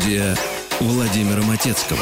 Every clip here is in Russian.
Студия Владимира Матецкого.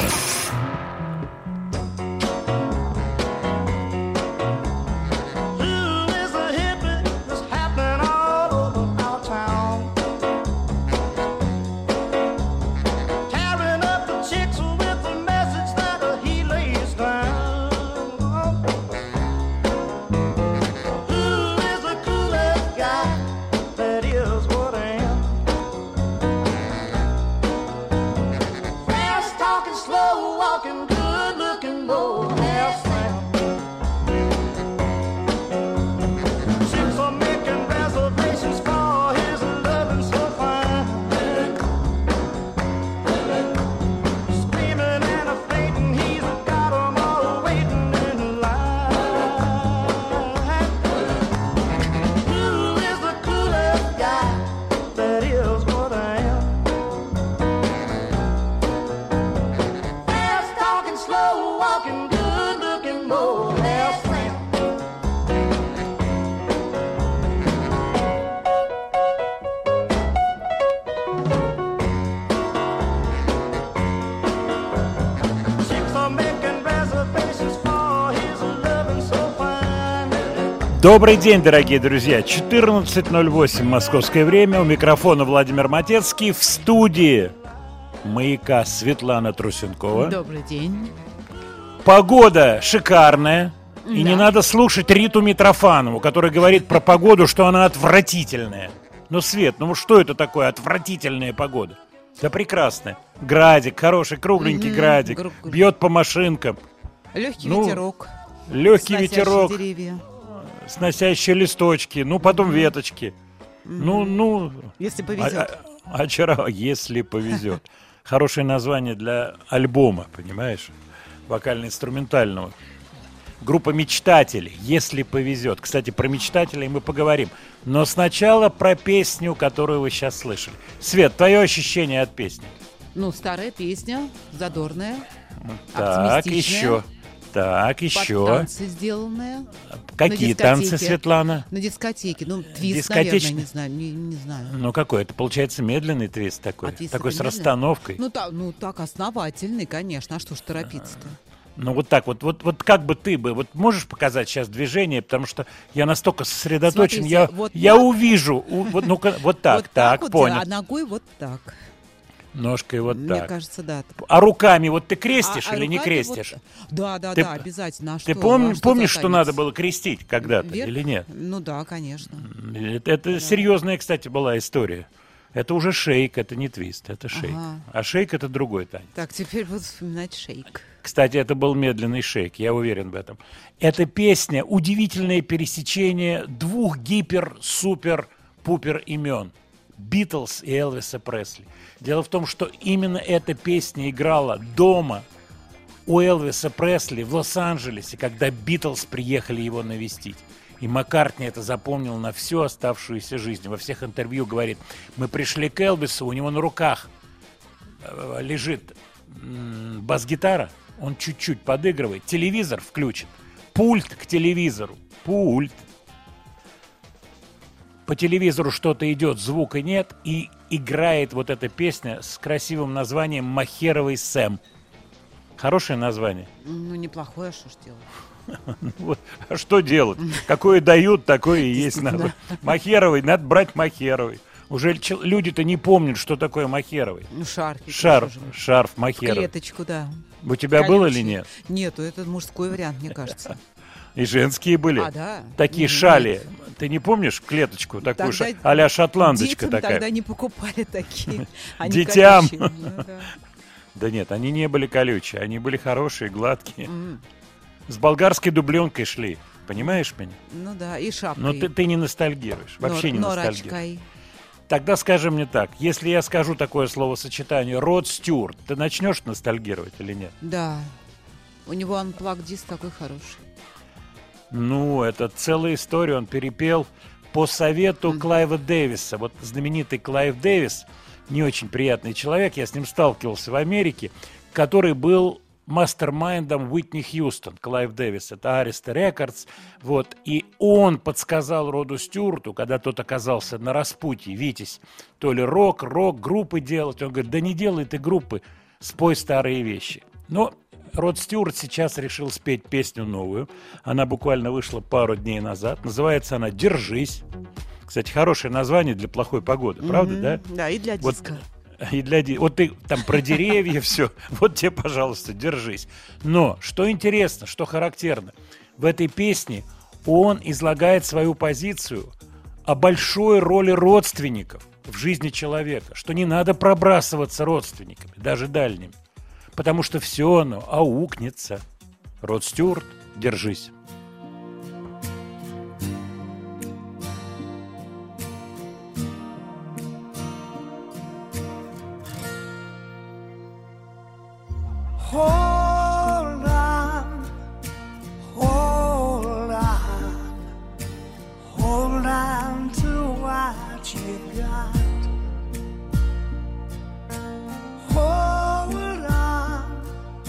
Добрый день, дорогие друзья. 14:08 московское время. У микрофона Владимир Матецкий. В студии «Маяка» Светлана Трусенкова. Добрый день. Погода шикарная. И Да. не надо слушать Риту Митрофанову, которая говорит про погоду, что она отвратительная. Ну, Свет, ну что это такое отвратительная погода? Да прекрасная. Градик, хороший кругленький градик. Бьет по машинкам. Легкий Ну, ветерок. Легкий сносящий ветерок. деревья. Сносящие листочки, ну потом веточки. Ну, Если повезет. если повезет. Хорошее название для альбома, понимаешь? Вокально-инструментального. Группа «Мечтатели», «Если повезет». Кстати, про «Мечтателей» мы поговорим. Но сначала про песню, которую вы сейчас слышали. Свет, твое ощущение от песни? Ну, старая песня, задорная, Так, оптимистичная. Так, Под еще. танцы сделанная. Какие на танцы, дискотеке. Светлана? На дискотеке. Ну, твист, Дискотечный? наверное, не знаю. Не знаю. Ну какой? Это получается медленный твист такой. А твист Такой это с медленный? расстановкой. Ну, так, основательный, конечно. А что ж торопиться-то? Ну вот так вот как бы ты бы, вот можешь показать сейчас движение, потому что я настолько сосредоточен, Смотрите, вот я так. увижу, ну-ка, вот так, так, вот, понял. а ногой вот так. Ножкой вот Мне так. кажется, да. А руками вот ты крестишь или не руками крестишь? вот- Да, Ты- обязательно. А Ты что? помнишь, А помнишь, за что надо танец? было крестить когда-то Вверх? или нет? Ну да, конечно. Это серьезная, кстати, была история. Это уже шейк, это не твист, это шейк. Ага. А шейк это другой танец. Так, теперь буду вспоминать шейк. Кстати, это был медленный шейк, я уверен в этом. Эта песня – удивительное пересечение двух гипер-супер-пупер имен – Битлз и Элвиса Пресли. Дело в том, что именно эта песня играла дома у Элвиса Пресли в Лос-Анджелесе, когда Битлз приехали его навестить. И Маккартни это запомнил на всю оставшуюся жизнь. Во всех интервью говорит: мы пришли к Элвису, у него на руках лежит бас-гитара, он чуть-чуть подыгрывает, телевизор включен, пульт к телевизору, пульт. По телевизору что-то идет, звука нет, и играет вот эта песня с красивым названием «Махеровый Сэм». Хорошее название. Ну, неплохое, а что ж делать? Вот. А что делать? Какое дают, такое и есть надо. Махеровый, надо брать Махеровый. Уже люди-то не помнят, что такое Махеровый. Ну, шарфик. Шарф Махеровый. Клеточку, да. У тебя был или Колючий. нет? Нету, это мужской вариант, мне кажется. И женские были. А, да? Такие Нет. шали. Ты не помнишь клеточку? Такую а-ля шотландочка детям такая. тогда не покупали такие. Они Детям. колючие. Ну, да. Да нет, они не были колючие. Они были хорошие, гладкие. С болгарской дубленкой шли. Понимаешь меня? Ну да, и шапкой. Но ты не ностальгируешь. Вообще не ностальгируешь. Норочкой. Тогда скажи мне так. Если я скажу такое словосочетание «Род Стюарт», ты начнешь ностальгировать или нет? Да. У него анплаг-диск такой хороший. Ну, это целая история. Он перепел по совету Клайва Дэвиса. Вот знаменитый Клайв Дэвис, не очень приятный человек, я с ним сталкивался в Америке, который был мастер-майндом Уитни Хьюстон, Клайв Дэвис, это Ариста Рекордс, вот, и он подсказал Роду Стюарту, когда тот оказался на распутье, Витязь, то ли рок-группы делать, он говорит, да не делай ты группы, спой старые вещи. Но Род Стюарт сейчас решил спеть песню новую, она буквально вышла пару дней назад, называется она «Держись». Кстати, хорошее название для плохой погоды, правда, да? Да, и для диска. Вот ты там про деревья все, вот тебе, пожалуйста, держись. Но что интересно, что характерно, в этой песне он излагает свою позицию о большой роли родственников в жизни человека, что не надо пробрасываться родственниками, даже дальними, потому что все оно аукнется. Род Стюарт, держись. Hold on, hold on, hold on to what you got. Hold on,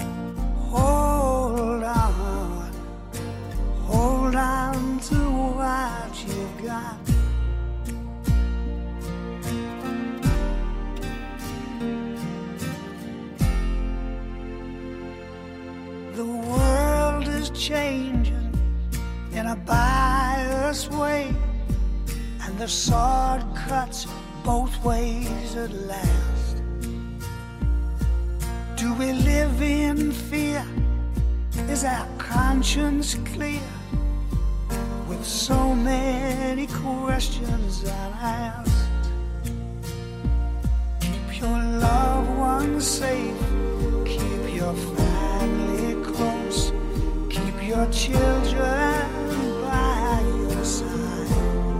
hold on, hold on to what you got. The world is changing in a biased way, and the sword cuts both ways at last. Do we live in fear? Is our conscience clear? With so many questions unasked. Keep your loved ones safe, keep your family close, keep your children by your side,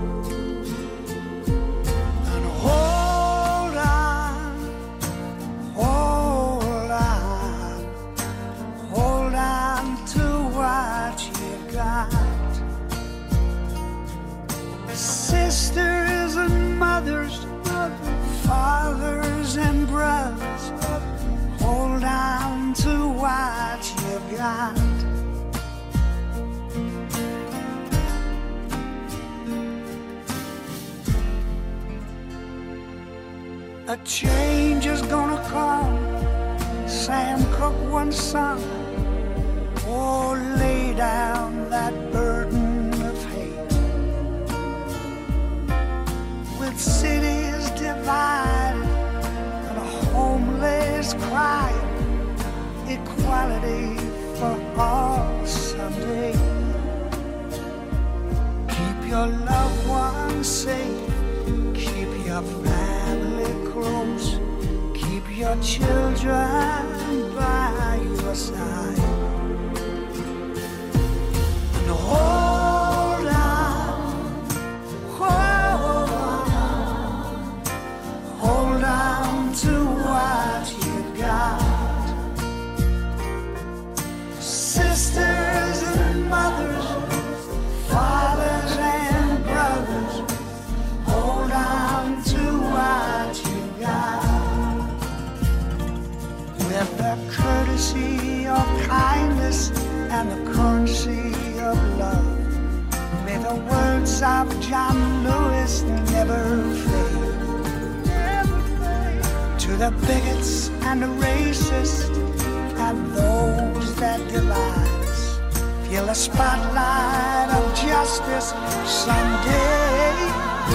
and hold on, hold on, hold on to what you got. Sisters and mothers, fathers and brothers, hold on to what you've got. A change is gonna come, Sam Cooke once sung. Oh, lay down that burden of hate. With cities divided and a homeless crying, equality for all someday. Keep your loved ones safe, keep your family close, keep your children by your side. And hold on, hold on, hold on to what you got. Sisters and mothers, fathers and brothers, hold on to what you got. With the courtesy of kindness and the currency of love, may the words of John Lewis never fade. To the bigots and the racists and those that divide us, feel the spotlight of justice someday.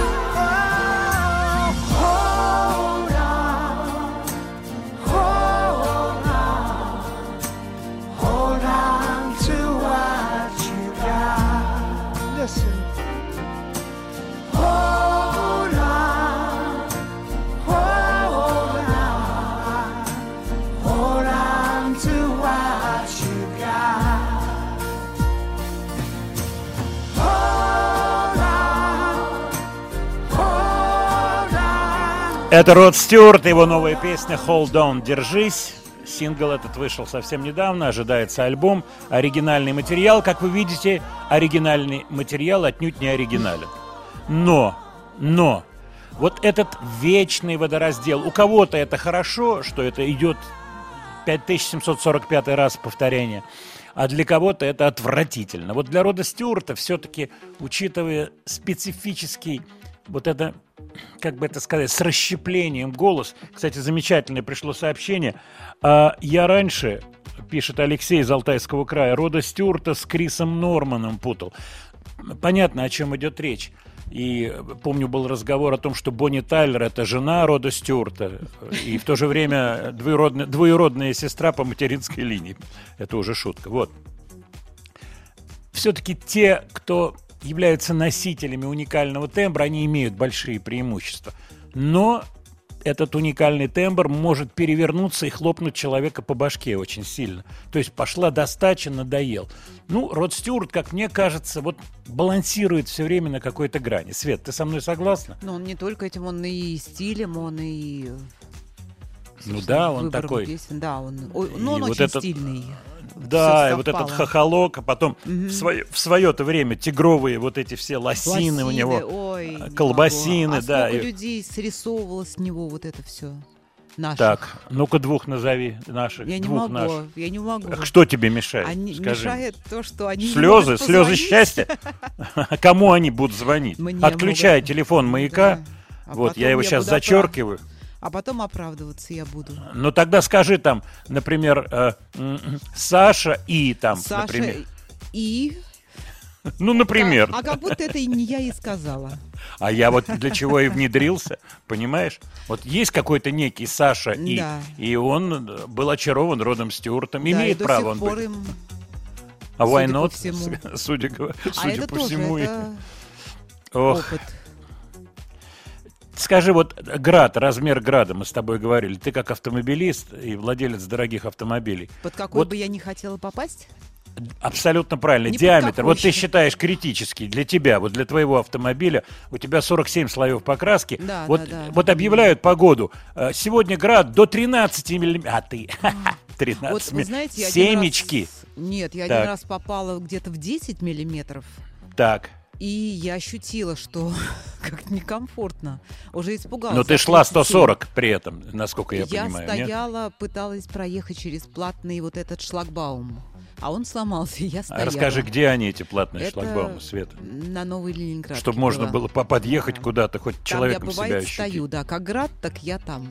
Oh, hold on, hold on, hold on to what you got. Listen. Hold on, hold on, hold on to what you got. Hold on, hold on. Это Род Стюарт, его новая песня «Hold On», «Держись». Сингл этот вышел совсем недавно, ожидается альбом. Оригинальный материал, как вы видите, оригинальный материал отнюдь не оригинален. Но, вот этот вечный водораздел, у кого-то это хорошо, что это идет 5745 раз повторение. А для кого-то это отвратительно. Вот для Рода Стюарта все-таки, учитывая специфический, вот это, как бы это сказать, с расщеплением голос. Кстати, замечательное пришло сообщение. Я раньше, пишет Алексей из Алтайского края, Рода Стюарта с Крисом Норманом путал. Понятно, о чем идет речь. И помню, был разговор о том, что Бонни Тайлер – это жена Рода Стюарта, и в то же время двоюродная сестра по материнской линии. Это уже шутка. Вот. Все-таки те, кто являются носителями уникального тембра, они имеют большие преимущества. Но этот уникальный тембр может перевернуться и хлопнуть человека по башке очень сильно. То есть пошла достача, надоел. Ну, Род Стюарт, как мне кажется, вот балансирует все время на какой-то грани. Свет, ты со мной согласна? Но он не только этим, он и стилем, он и... Ну да, он такой. Песен. Да, он вот очень стильный. Да, и вот этот хохолок, а потом в свое-то время тигровые вот эти все лосины у него, колбасины, да. Сколько людей срисовывалось с него вот это все наших. Так, ну-ка двух назови наших. Я не могу. Что тебе мешает? Скажи. Мешает то, что они слезы счастья. Кому они будут звонить? Отключай телефон Маяка. Вот, я его сейчас зачеркиваю. А потом оправдываться я буду. Ну тогда скажи там, например, Саша и там, Саша например. И? Ну, например. А как будто это не я и сказала. А я вот для чего и внедрился, понимаешь? Вот есть какой-то некий Саша и он был очарован Родом Стюартом, имеет право он быть. А why not? Судя по всему. Опыт. Скажи, вот град, размер града, мы с тобой говорили. Ты как автомобилист и владелец дорогих автомобилей. Под какой бы я не хотела попасть? Абсолютно правильно. Диаметр. Вот ты считаешь критический для тебя, вот для твоего автомобиля. У тебя 47 слоев покраски. Да, вот объявляют погоду. Сегодня град до 13 миллиметров. А ты 13 вот, вы знаете, семечки. Нет, я один раз попала где-то в 10 миллиметров. Так. И я ощутила, что как-то некомфортно. Уже испугалась. Но ты шла 140 при этом, насколько я понимаю. Я стояла, пыталась проехать через платный вот этот шлагбаум. А он сломался, и я стояла. Расскажи, где они, эти платные шлагбаумы, Света? На Новой Ленинградке. Чтобы можно было подъехать куда-то, хоть там человеком себя ощутить. Я, бывает, стою, да, как град, так я там.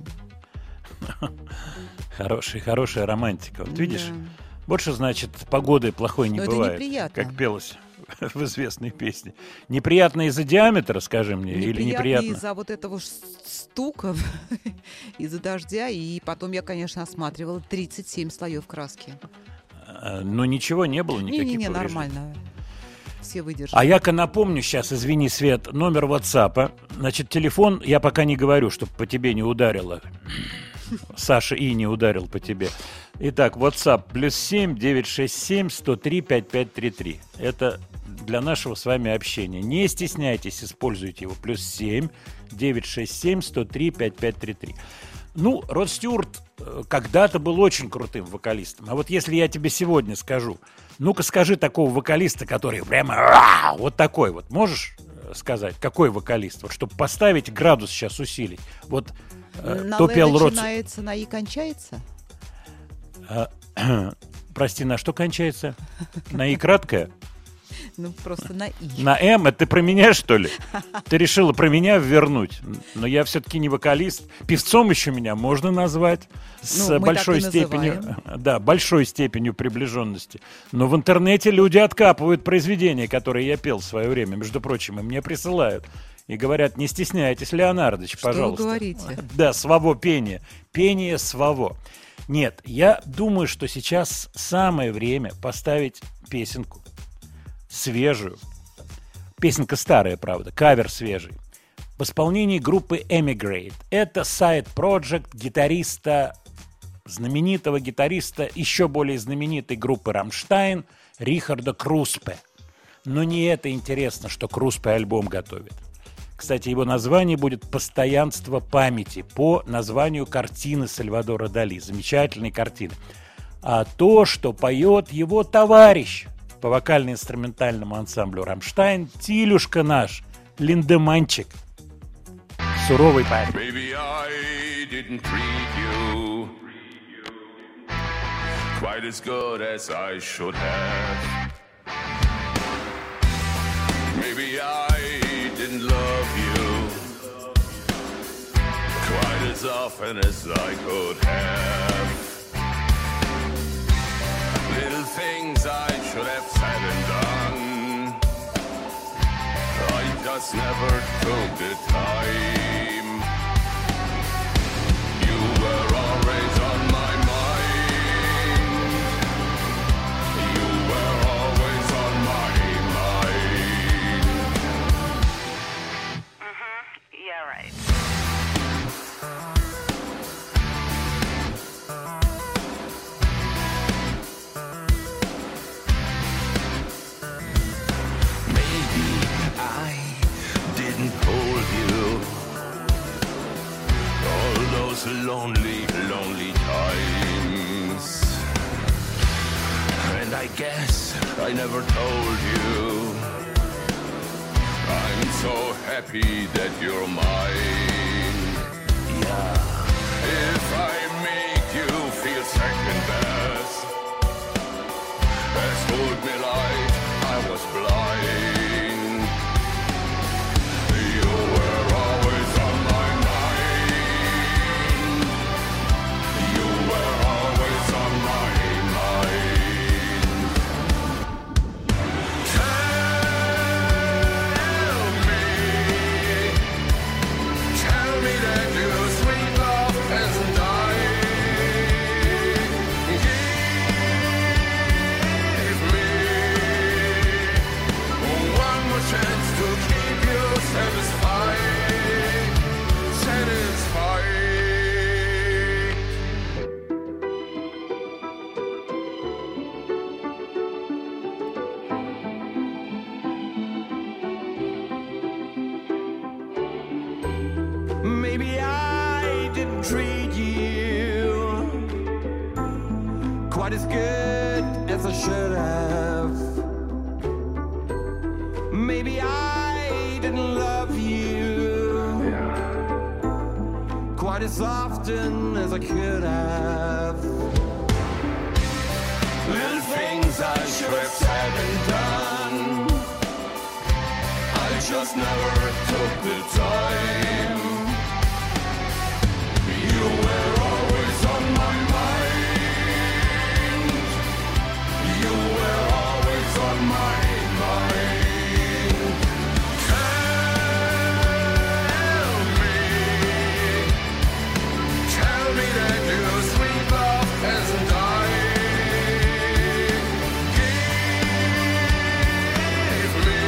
Хорошая романтика. Вот видишь, больше, значит, погоды плохой не бывает. Это неприятно. Как пелось в известной песне. Неприятно из-за диаметра, скажи мне, или неприятно? Из-за вот этого стука, из-за дождя. И потом я, конечно, осматривала 37 слоев краски. Но ничего не было, никаких повреждений. Не, нормально. Все выдержали. А я-ка напомню сейчас, извини, Свет, номер WhatsApp. Значит, телефон я пока не говорю, чтобы по тебе не ударило. Саша И не ударил по тебе. Итак, WhatsApp +7 967 103 5533. Это для нашего с вами общения. Не стесняйтесь, используйте его. +7 967 103 5533. Ну, Род Стюарт когда-то был очень крутым вокалистом. А вот если я тебе сегодня скажу, ну-ка скажи такого вокалиста, который прямо вот такой вот, можешь сказать, какой вокалист? Вот, чтобы поставить градус сейчас усилить. Вот на то Л пел Род... начинается, на И кончается? Прости, на что кончается? На И краткое? Ну, просто на И. На М? Это ты про меня, что ли? Ты решила про меня вернуть. Но я все-таки не вокалист. Певцом еще меня можно назвать. С большой степенью, большой степенью приближенности. Но в интернете люди откапывают произведения, которые я пел в свое время. Между прочим, и мне присылают. И говорят, не стесняйтесь, Леонардович, пожалуйста. Что вы говорите? Да, свово пение. Пение свово. Нет, я думаю, что сейчас самое время поставить песенку. Свежую. Песенка старая, правда, кавер свежий. В исполнении группы Emigrate. Это сайд-проджект гитариста, знаменитого гитариста, еще более знаменитой группы Рамштайн, Рихарда Круспе. Но не это интересно, что Круспе альбом готовит. Кстати, его название будет «Постоянство памяти» по названию картины Сальвадора Дали. Замечательной картины. А то, что поет его товарищ по вокально-инструментальному ансамблю «Рамштайн», Тилюшка наш, Линдеманчик. Суровый парень. Baby, I didn't treat you quite as good as I should have. Maybe I didn't love you quite as often as I could have. Little things I should have said and done, I just never took the time. You were always on my mind. You were always on my mind. Yeah, right. Hold you all those lonely, lonely times. And I guess I never told you I'm so happy that you're mine. Yeah. If I make you feel second best, as told me like I was blind. Maybe I didn't treat you quite as good as I should have. Maybe I didn't love you quite as often as I could have. Little things I should have said and done, I just never took the time. You were always on my mind. You were always on my mind. Tell me that your sweet love hasn't died. Give me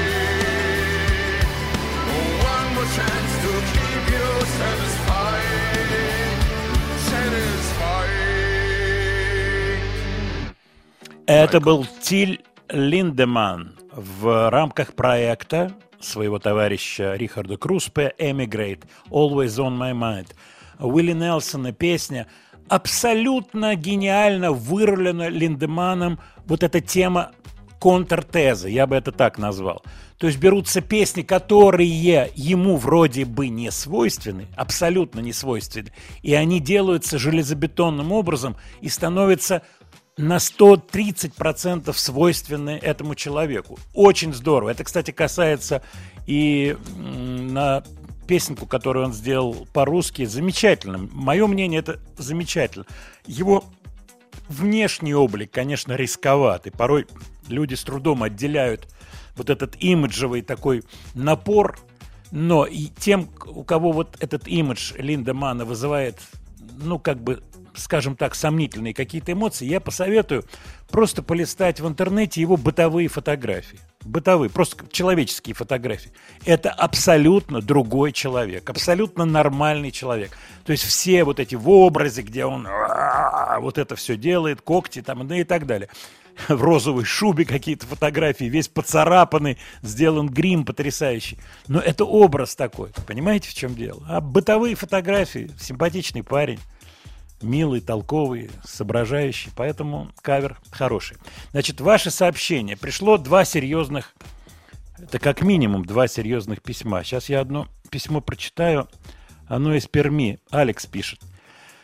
one more chance to keep you satisfied. Это был Тиль Линдеманн в рамках проекта своего товарища Рихарда Круспе «Emigrate», «Always on my mind». Уилли Нельсона песня абсолютно гениально вырулена Линдеманном. Вот эта тема контртеза, я бы это так назвал. То есть берутся песни, которые ему вроде бы не свойственны, абсолютно не свойственны, и они делаются железобетонным образом и становятся на 130% свойственны этому человеку. Очень здорово. Это, кстати, касается и на песенку, которую он сделал по-русски, замечательно. Мое мнение, это замечательно. Его внешний облик, конечно, рисковат, и порой люди с трудом отделяют вот этот имиджевый такой напор, но и тем, у кого вот этот имидж Линдеманна вызывает, ну, как бы, скажем так, сомнительные какие-то эмоции, я посоветую просто полистать в интернете его бытовые фотографии. Бытовые, просто человеческие фотографии. Это абсолютно другой человек, абсолютно нормальный человек. То есть все вот эти в образе, где он вот это все делает, когти там, ну и так далее. В розовой шубе какие-то фотографии, весь поцарапанный, сделан грим потрясающий. Но это образ такой, понимаете, в чем дело? А бытовые фотографии, симпатичный парень, милый, толковый, соображающий, поэтому кавер хороший. Значит, ваше сообщение. Пришло два серьезных, это как минимум два серьезных письма. Сейчас я одно письмо прочитаю, оно из Перми. Алекс пишет.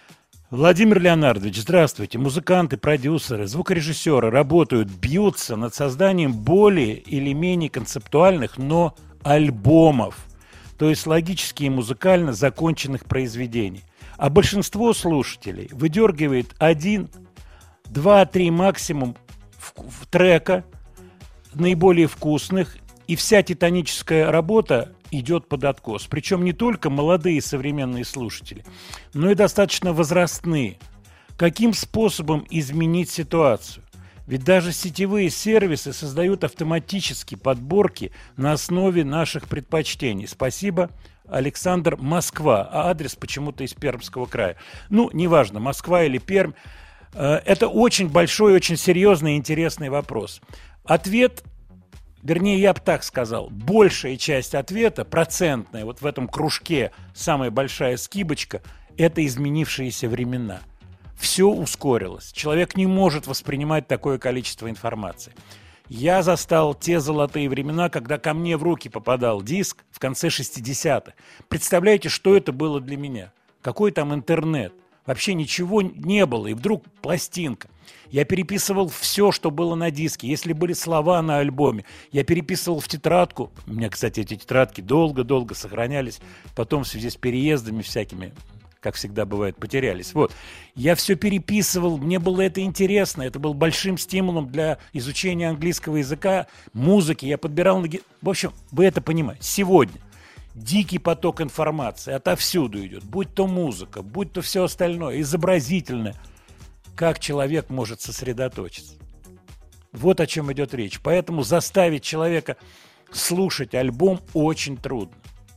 Владимир Леонардович, здравствуйте. Музыканты, продюсеры, звукорежиссеры работают, бьются над созданием более или менее концептуальных, но альбомов, то есть логически и музыкально законченных произведений. А большинство слушателей выдергивает 1, 2, 3 максимум в трека, наиболее вкусных, и вся титаническая работа идет под откос. Причем не только молодые современные слушатели, но и достаточно возрастные. Каким способом изменить ситуацию? Ведь даже сетевые сервисы создают автоматически подборки на основе наших предпочтений. Спасибо, Александр, Москва. А адрес почему-то из Пермского края. Ну, неважно, Москва или Пермь. Это очень большой, очень серьезный и интересный вопрос. Ответ... Вернее, я бы так сказал, большая часть ответа, процентная, вот в этом кружке самая большая скибочка, это изменившиеся времена. Все ускорилось. Человек не может воспринимать такое количество информации. Я застал те золотые времена, когда ко мне в руки попадал диск в конце 60-х. Представляете, что это было для меня? Какой там интернет? Вообще ничего не было, и вдруг пластинка. Я переписывал все, что было на диске. Если были слова на альбоме, я переписывал в тетрадку. У меня, кстати, эти тетрадки долго-долго сохранялись. Потом в связи с переездами всякими, как всегда бывает, потерялись. Вот. Я все переписывал, мне было это интересно. Это был большим стимулом для изучения английского языка, музыки. Я подбирал... В общем, вы это понимаете. Сегодня дикий поток информации отовсюду идет. Будь то музыка, будь то все остальное, изобразительное. Как человек может сосредоточиться? Вот о чем идет речь. Поэтому заставить человека слушать альбом очень трудно.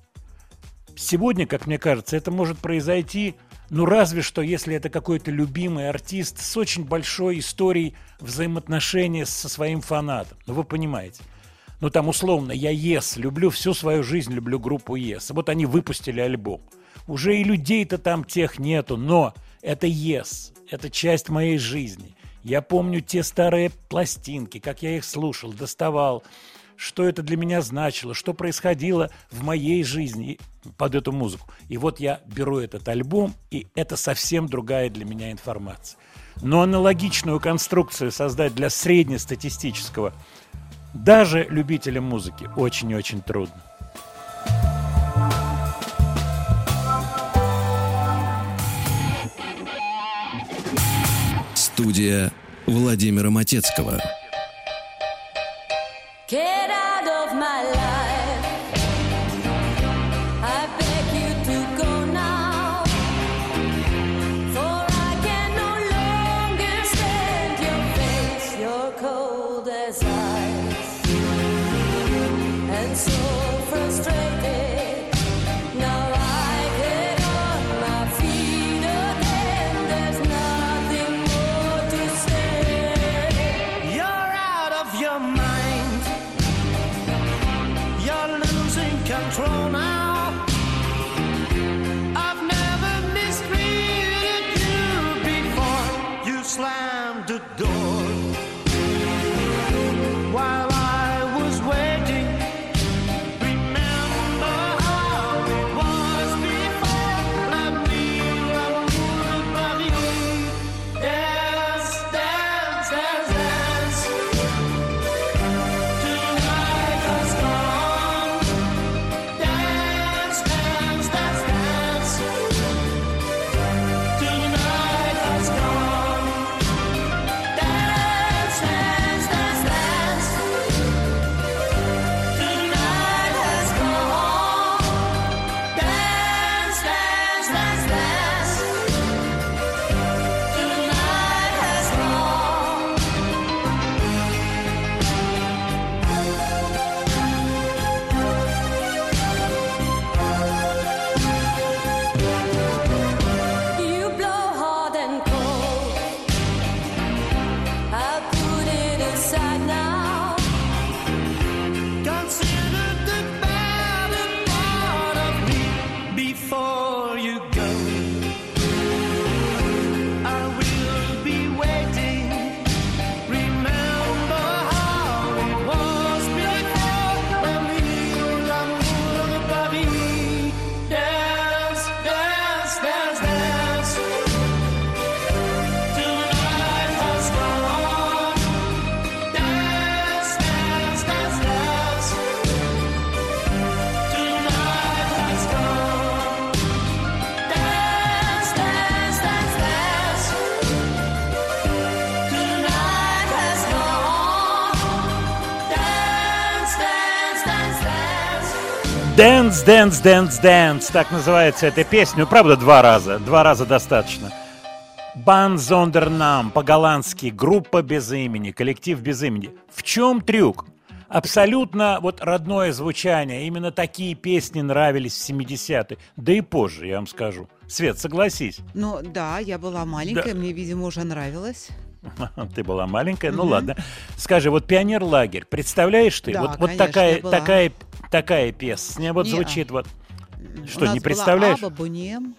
Сегодня, как мне кажется, это может произойти, ну разве что, если это какой-то любимый артист с очень большой историей взаимоотношения со своим фанатом. Ну вы понимаете. Ну там условно, я Yes люблю, всю свою жизнь люблю группу Yes. Вот они выпустили альбом. Уже и людей-то там тех нету, но это Yes. Это часть моей жизни. Я помню те старые пластинки, как я их слушал, доставал, что это для меня значило, что происходило в моей жизни под эту музыку. И вот я беру этот альбом, и это совсем другая для меня информация. Но аналогичную конструкцию создать для среднестатистического, даже любителям музыки, очень и очень трудно. Студия Владимира Матецкого. Get out of my life. I beg you to go now. For I can no longer stand your face, your cold as ice. And so frustrated, now I get on my feet again. There's nothing more to say. You're out of your mind. You're losing control now. I've never mistreated you before. You slammed the door while I was waiting. Remember how it was before. L'amour, Paris. Dance, dance, dance, dance. Tonight has gone. Dance, dance, dance, dance. Tonight has gone. Dance, dance, dance, dance. Tonight has gone. Dance, dance, dance, dance. Tonight has gone. You blow hard and cold. I'll put it aside now. Consider the better part of me before you go. I will be waiting. Remember how it was before. L'amour, Paris. Dance, dance, dance, dance. Dance, dance, dance, dance. Так называется эта песня. Ну, правда, 2 раза. 2 раза достаточно. Band Zonder Naam, по-голландски. Группа без имени, коллектив без имени. В чем трюк? Абсолютно вот родное звучание. Именно такие песни нравились в 70-е. Да и позже, я вам скажу. Свет, согласись. Ну да, я была маленькая, Да. мне, видимо, уже нравилось. Ты была маленькая, ну ладно. Скажи, вот пионерлагерь, представляешь ты? Да, вот конечно, такая, была. такая песня вот Не-а. звучит вот. Что, У нас не представляешь? была Аба, Бунем.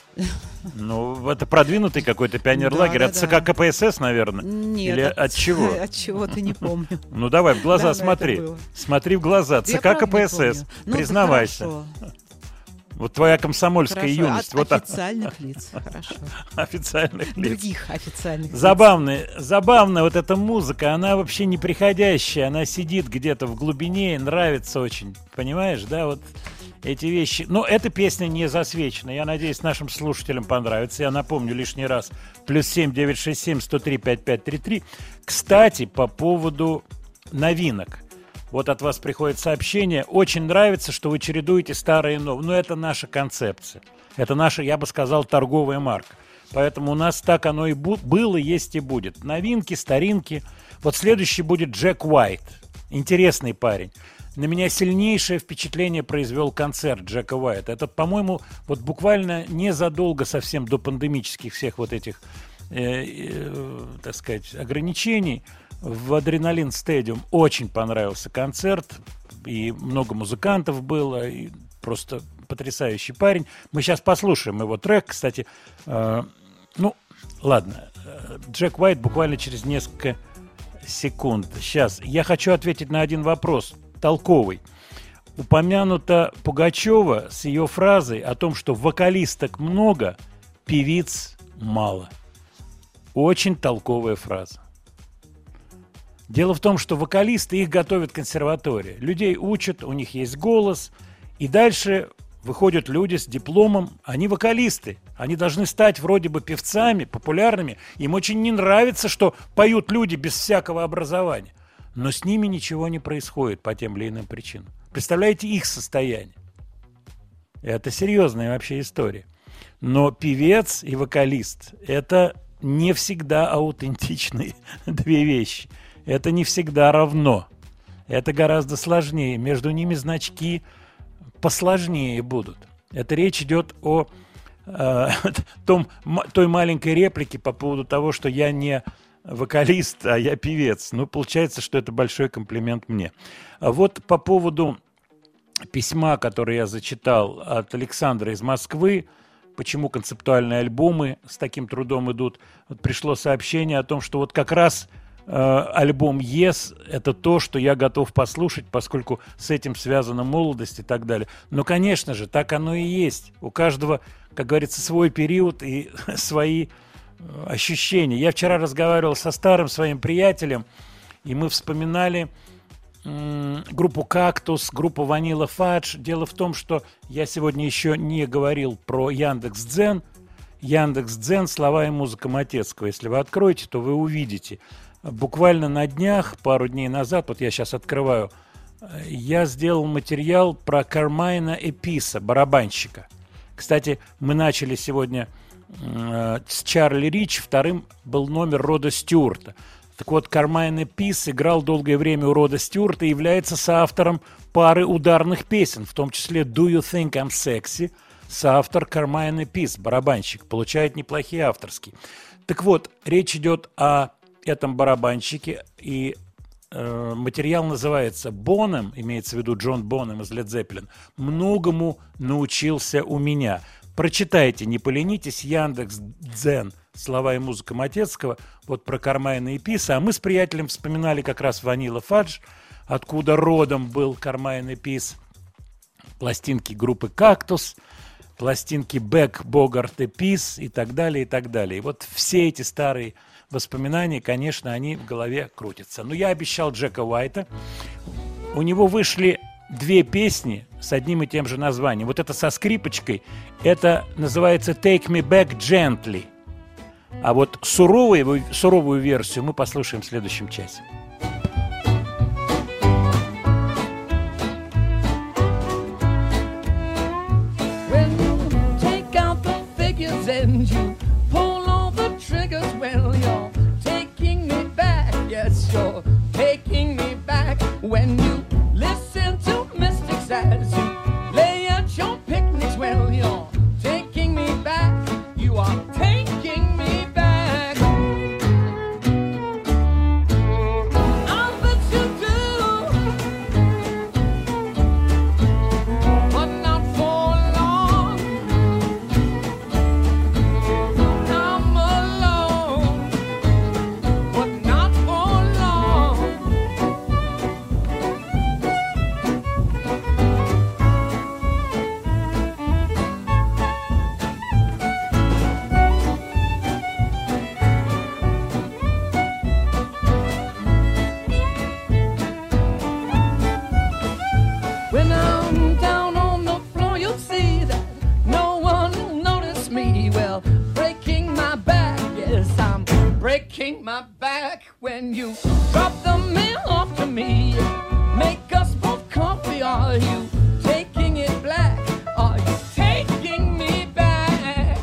Ну, это продвинутый какой-то пионерлагерь. Да, От да, ЦК КПСС, наверное? Нет. Или от чего? От чего-то не помню. Ну, давай в глаза Давно смотри. это было. Смотри в глаза. Да я ЦК правда не КПСС. помню. Ну, да Признавайся. хорошо, Вот твоя комсомольская хорошо. юность. От Вот так. официальных лиц, хорошо. Официальных лиц. Других официальных лиц. Забавная вот эта музыка, она вообще неприходящая, она сидит где-то в глубине и нравится очень, понимаешь, да, вот эти вещи. Но эта песня не засвечена, я надеюсь, нашим слушателям понравится. Я напомню лишний раз, +7 967 103 5533. Кстати, по поводу новинок. Вот от вас приходит сообщение. Очень нравится, что вы чередуете старые и новые. Но это наша концепция. Это наша, я бы сказал, торговая марка. Поэтому у нас так оно и было, есть и будет. Новинки, старинки. Вот следующий будет Джек Уайт. Интересный парень. На меня сильнейшее впечатление произвел концерт Джека Уайта. Это, по-моему, вот буквально незадолго совсем до пандемических всех вот этих, так сказать, ограничений, в Адреналин Стадиум очень понравился концерт, и много музыкантов было, и просто потрясающий парень. Мы сейчас послушаем его трек, кстати. Ну, ладно, Джек Уайт буквально через несколько секунд. Сейчас, я хочу ответить на один вопрос, толковый. Упомянута Пугачева с ее фразой о том, что вокалисток много, певиц мало. Очень толковая фраза. Дело в том, что вокалисты, их готовят в консерватории. Людей учат, у них есть голос. И дальше выходят люди с дипломом. Они вокалисты. Они должны стать вроде бы певцами, популярными. Им очень не нравится, что поют люди без всякого образования. Но с ними ничего не происходит по тем или иным причинам. Представляете их состояние? Это серьезная вообще история. Но певец и вокалист – это не всегда аутентичные две вещи. Это не всегда равно. Это гораздо сложнее. Между ними значки посложнее будут. Это речь идет о той маленькой реплике по поводу того, что я не вокалист, а я певец. Ну, получается, что это большой комплимент мне. А вот по поводу письма, которое я зачитал от Александра из Москвы, почему концептуальные альбомы с таким трудом идут, вот пришло сообщение о том, что вот как раз альбом Yes – это то, что я готов послушать, поскольку с этим связана молодость и так далее. Но, конечно же, так оно и есть. У каждого, как говорится, свой период и свои ощущения. Я вчера разговаривал со старым своим приятелем, и мы вспоминали группу «Кактус», группу «Ванила Фадж». Дело в том, что я сегодня еще не говорил про Яндекс.Дзен. Яндекс.Дзен, слова и музыка Матецкого. Если вы откроете, то вы увидите. Буквально на днях, пару дней назад, вот я сейчас открываю, я сделал материал про Кармайна Эписа, барабанщика. Кстати, мы начали сегодня с Чарли Рич, вторым был номер Рода Стюарта. Так вот, Кармайн Эпис играл долгое время у Рода Стюарта и является соавтором пары ударных песен, в том числе «Do You Think I'm Sexy», соавтор Кармайн Эпис, барабанщик, получает неплохие авторские. Так вот, речь идет о этом барабанщике, и материал называется «Бонем», имеется в виду Джон Бонем из Led Zeppelin, «Многому научился у меня». Прочитайте, не поленитесь, Яндекс.Дзен, слова и музыка Матецкого, вот про Кармайна Эписа. А мы с приятелем вспоминали как раз Ванила Фадж, откуда родом был Кармайн Эпис, пластинки группы «Кактус», пластинки «Бек», «Богарт», «Эпис» и так далее, и так далее. И вот все эти старые воспоминания, конечно, они в голове крутятся. Но я обещал Джека Уайта. У него вышли 2 песни с одним и тем же названием. Вот это со скрипочкой, это называется «Take Me Back Gently». А вот суровую версию мы послушаем в следующем часе. is and you pull all the triggers. Well, you're taking me back. Yes, you're taking me back. When you listen to mystics as you lay at your picnics. Well, you're taking me back. You are taking me back. I'll bet you do, but not for long. I'm alone, but not for long. When I'm down on the floor, you'll see that no one will notice me. Well, breaking my back, yes, I'm breaking my back. When you drop the mail off to me, make us both coffee. Are you taking it black? Are you taking me back?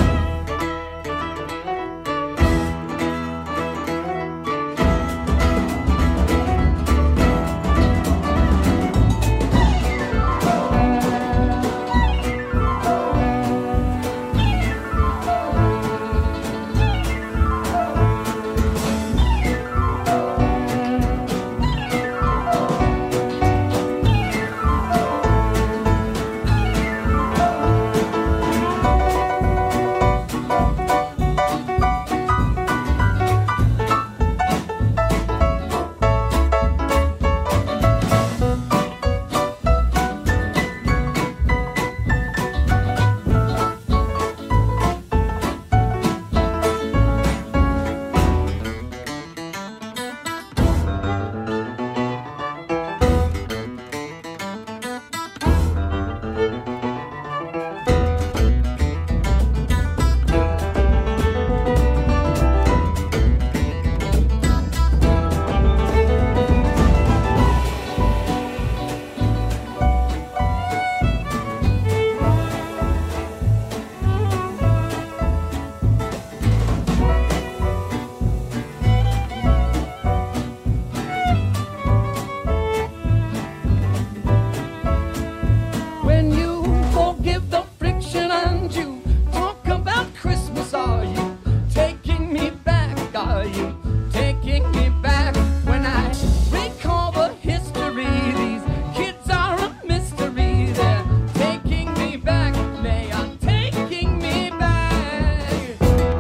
When you forgive the friction and you talk about Christmas, are you taking me back? Are you taking me back? When I recall the history, these kids are a mystery. They're taking me back. They are taking me back.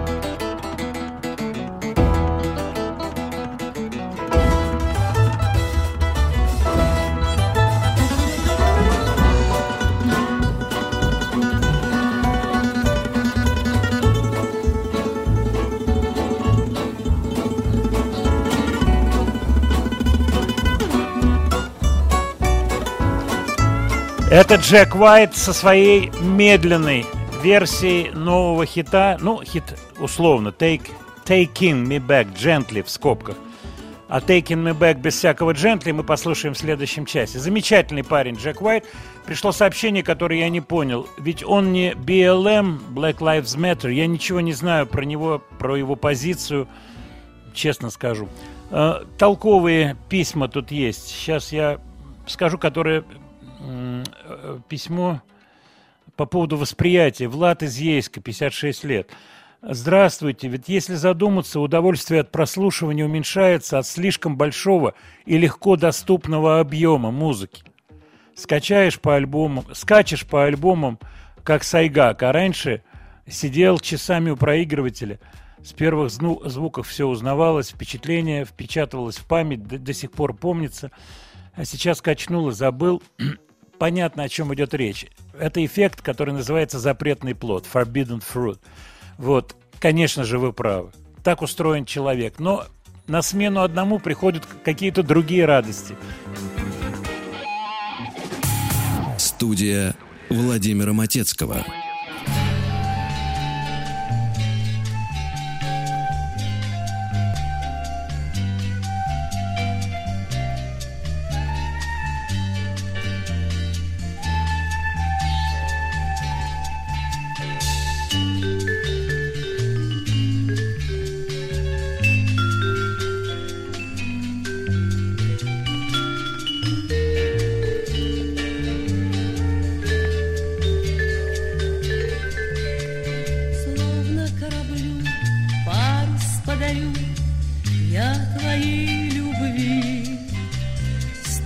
Это Джек Уайт со своей медленной версией нового хита, ну, хит условно, Taking Me Back Gently в скобках. А Taking Me Back без всякого Gently мы послушаем в следующем часе. Замечательный парень Джек Уайт. Пришло сообщение, которое я не понял. Ведь он не BLM, Black Lives Matter. Я ничего не знаю про него, про его позицию, честно скажу. Толковые письма тут есть. Сейчас я скажу, которые... Письмо по поводу восприятия. Влад из Ейска, 56 лет. Здравствуйте. Ведь если задуматься, удовольствие от прослушивания уменьшается от слишком большого и легко доступного объема музыки. Скачешь по альбомам, как Сайгак, а раньше сидел часами у проигрывателя. С первых звуков все узнавалось, впечатление впечатывалось в память, до сих пор помнится. А сейчас качнул и забыл. Понятно, о чем идет речь. Это эффект, который называется запретный плод, forbidden fruit. Вот, конечно же, вы правы. Так устроен человек. Но на смену одному приходят какие-то другие радости. Студия Владимира Матецкого.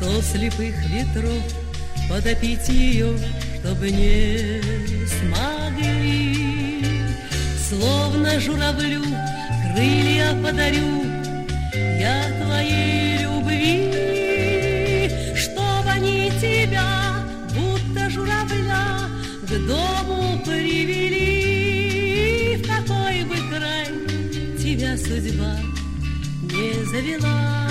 100 слепых ветров потопить ее, чтобы не смогли. Словно журавлю крылья подарю я твоей любви, чтоб они тебя, будто журавля, к дому привели. В какой бы край тебя судьба не завела,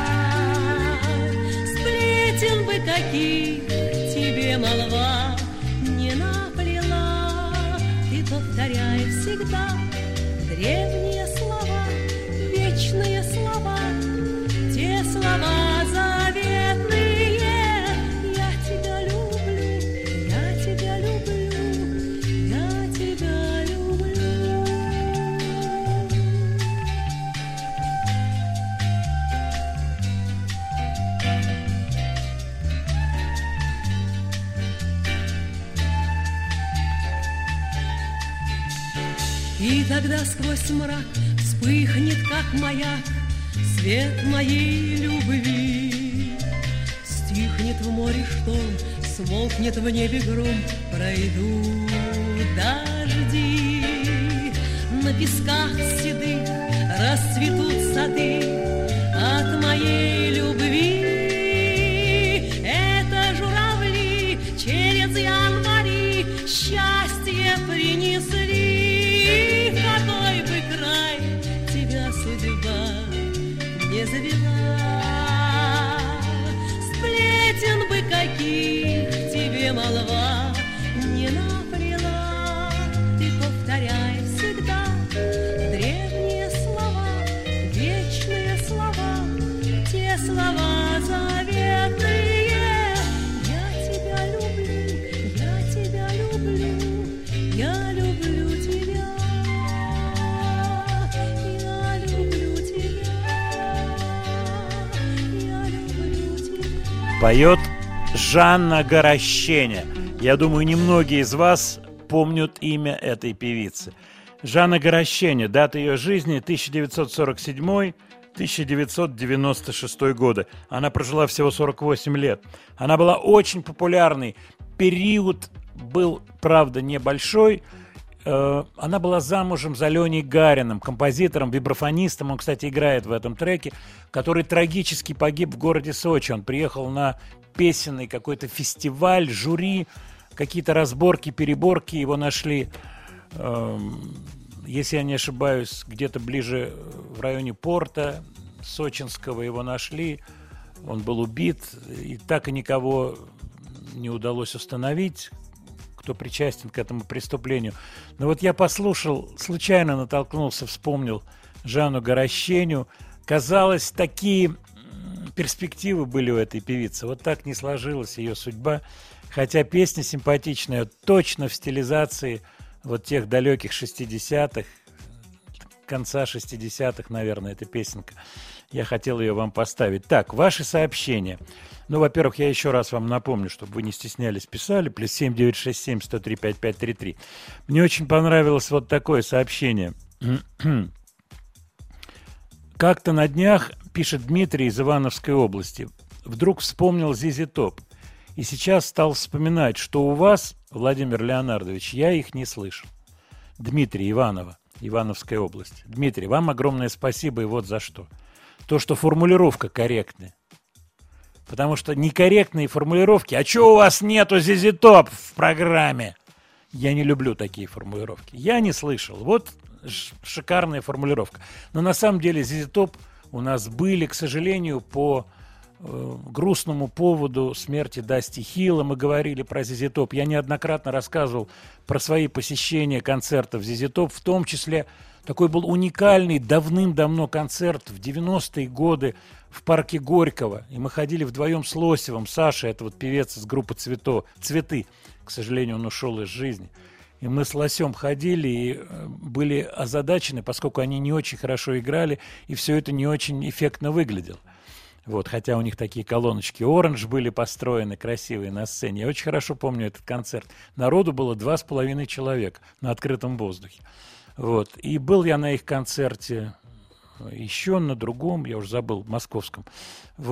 сплетен бы каких тебе молва не наплела. Ты повторяй всегда древние слова, вечные слова, те слова заветные. Я тебя люблю, я тебя люблю, я тебя люблю. И тогда сквозь мрак вспыхнет, как маяк, свет моей любви. Стихнет в море шторм, смолкнет в небе гром, пройдут дожди. На песках седых расцветут сады от моей любви. Это журавли через январи счастье принесли. В какой бы край тебя судьба не завела, сплетен бы каких тебе молва не наплела. Ты повторяй всегда древние слова, вечные слова, те слова заветные. Я тебя люблю, я тебя люблю, я люблю тебя. Поет Жанна Горощеня. Я думаю, немногие из вас помнят имя этой певицы. Жанна Горощеня, дата ее жизни 1947-1996 годы. Она прожила всего 48 лет. Она была очень популярной. Период был, правда, небольшой. Она была замужем за Леней Гариным, композитором, вибрафонистом. Он, кстати, играет в этом треке, который трагически погиб в городе Сочи. Он приехал на песенный какой-то фестиваль, жюри, какие-то разборки, переборки. Его нашли, если я не ошибаюсь, где-то ближе в районе порта Сочинского его нашли. Он был убит, и так и никого не удалось установить, кто причастен к этому преступлению. Но вот я послушал, случайно натолкнулся, вспомнил Жанну Горощеню. Казалось, такие перспективы были у этой певицы. Вот так не сложилась ее судьба. Хотя песня симпатичная, точно в стилизации вот тех далеких 60-х, конца 60-х, наверное, эта песенка. Я хотел ее вам поставить. Так, ваши сообщения. Ну, во-первых, я еще раз вам напомню, чтобы вы не стеснялись, писали. +7 967 103 5533. Мне очень понравилось вот такое сообщение. Как-то на днях, пишет Дмитрий из Ивановской области, вдруг вспомнил ZZ Top. И сейчас стал вспоминать, что у вас, Владимир Леонардович, я их не слышал. Дмитрий Иванова, Ивановская область. Дмитрий, вам огромное спасибо, и вот за что. То, что формулировка корректная. Потому что некорректные формулировки. А чё у вас нету ZZ Top в программе? Я не люблю такие формулировки. Я не слышал. Вот шикарная формулировка. Но на самом деле ZZ Top у нас были, к сожалению, по грустному поводу смерти Дасти Хилла. Мы говорили про ZZ Top. Я неоднократно рассказывал про свои посещения концертов ZZ Top, в том числе такой был уникальный давным-давно концерт в 90-е годы в парке Горького. И мы ходили вдвоем с Лосевым. Саша, это вот певец из группы «Цветы». К сожалению, он ушел из жизни. И мы с Лосем ходили и были озадачены, поскольку они не очень хорошо играли, и все это не очень эффектно выглядело. Вот, хотя у них такие колоночки «Оранж» были построены, красивые на сцене. Я очень хорошо помню этот концерт. Народу было 2,5 человека на открытом воздухе. Вот. И был я на их концерте еще на другом, я уже забыл, московском. Вот.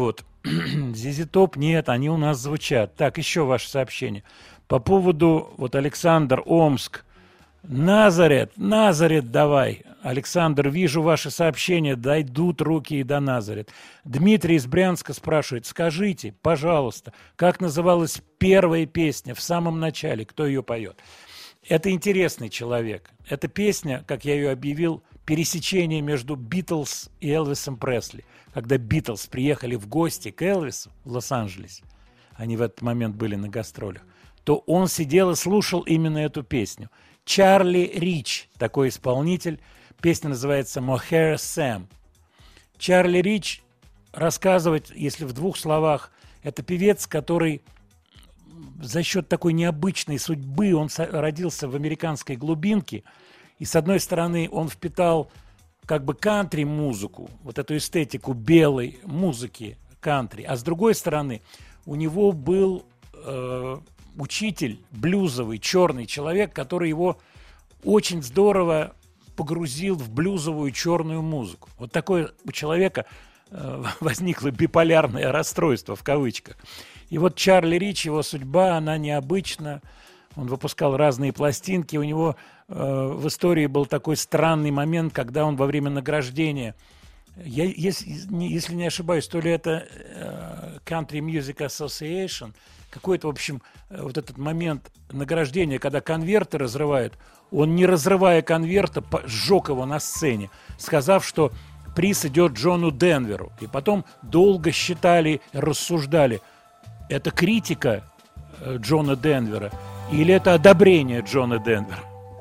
Зизи Топ нет, они у нас звучат. Так, еще ваше сообщение. По поводу, вот Александр, Омск. Назарет давай. Александр, вижу ваши сообщения, дойдут руки и до Назарет. Дмитрий из Брянска спрашивает, скажите, пожалуйста, как называлась первая песня в самом начале, кто ее поет? Это интересный человек. Эта песня, как я ее объявил, пересечение между Битлз и Элвисом Пресли. Когда Битлз приехали в гости к Элвису в Лос-Анджелесе, они в этот момент были на гастролях, то он сидел и слушал именно эту песню. Чарли Рич, такой исполнитель. Песня называется «Mohair Sam». Чарли Рич, рассказывать, если в двух словах, это певец, который за счет такой необычной судьбы, он родился в американской глубинке, и с одной стороны он впитал как бы кантри-музыку, вот эту эстетику белой музыки кантри, а с другой стороны у него был учитель блюзовый, черный человек, который его очень здорово погрузил в блюзовую черную музыку. Вот такое у человека возникло биполярное расстройство, в кавычках. И вот Чарли Рич, его судьба, она необычна. Он выпускал разные пластинки. У него в истории был такой странный момент, когда он во время награждения, если не ошибаюсь, то ли это Country Music Association, какой-то, в общем, вот этот момент награждения, когда конверты разрывают, он, не разрывая конверта, сжег его на сцене, сказав, что приз идет Джону Денверу. И потом долго считали, рассуждали, это критика Джона Денвера или это одобрение Джона Денвера.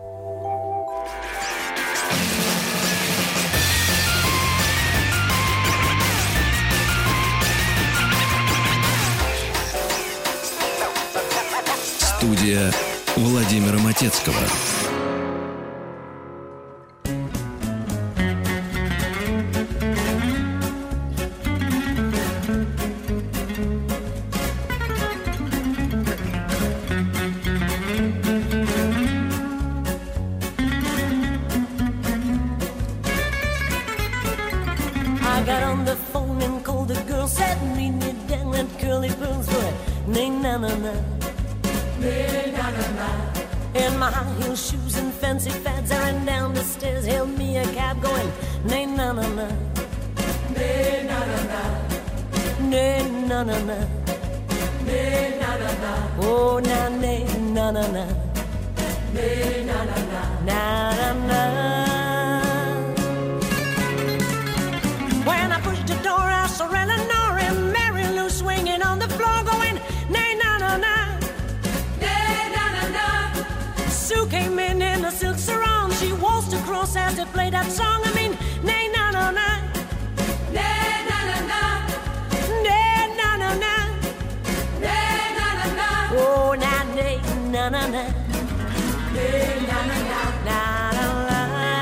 Студия Владимира Матецкого. I got on the phone and called the girl, said meet me down at Curly Pearl's for na-na-na-na. In my high heel shoes and fancy fads, I ran down the stairs, hailed me a cab going na-na-na-na. Na-na-na-na. Oh, na-na-na-na. Na-na-na. When I pushed the door, I saw Eleanor and Mary Lou swinging on the floor going na-na-na-na. Sue came in a silk sarong. She waltzed across as they played that song. I mean, nay, na, na, na. Nay, na, na, na. Nay, na, na, na. Nay, na, na, na. Oh, na, nay, na, na, na. Nay, na, na, na. Na, na, na.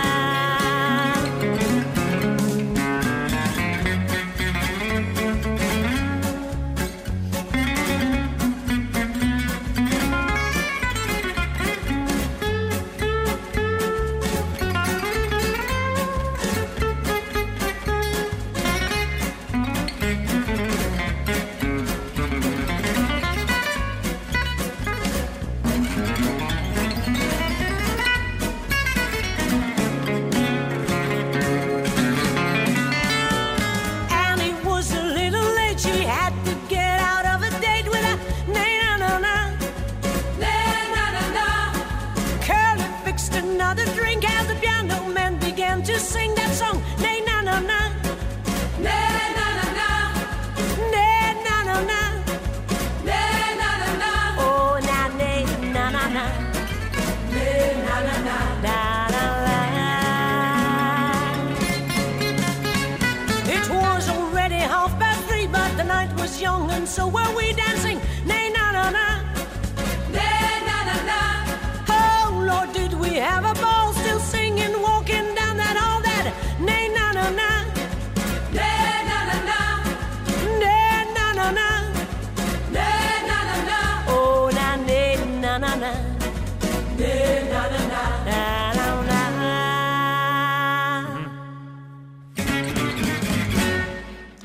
To sing that song, nay na na na, nay na na na, nay na na na, nay na na na, oh na nay na na na, nay na na na, na na na. It was already 3:30, but the night was young, and so were we dancing, nay na na na, nay na na na. Oh Lord, did we have a ball, still singing, walking down that all that nay na na na, nay na na na, nay na na na, nay na na na, oh na nay na na na, nay na na na, na na na.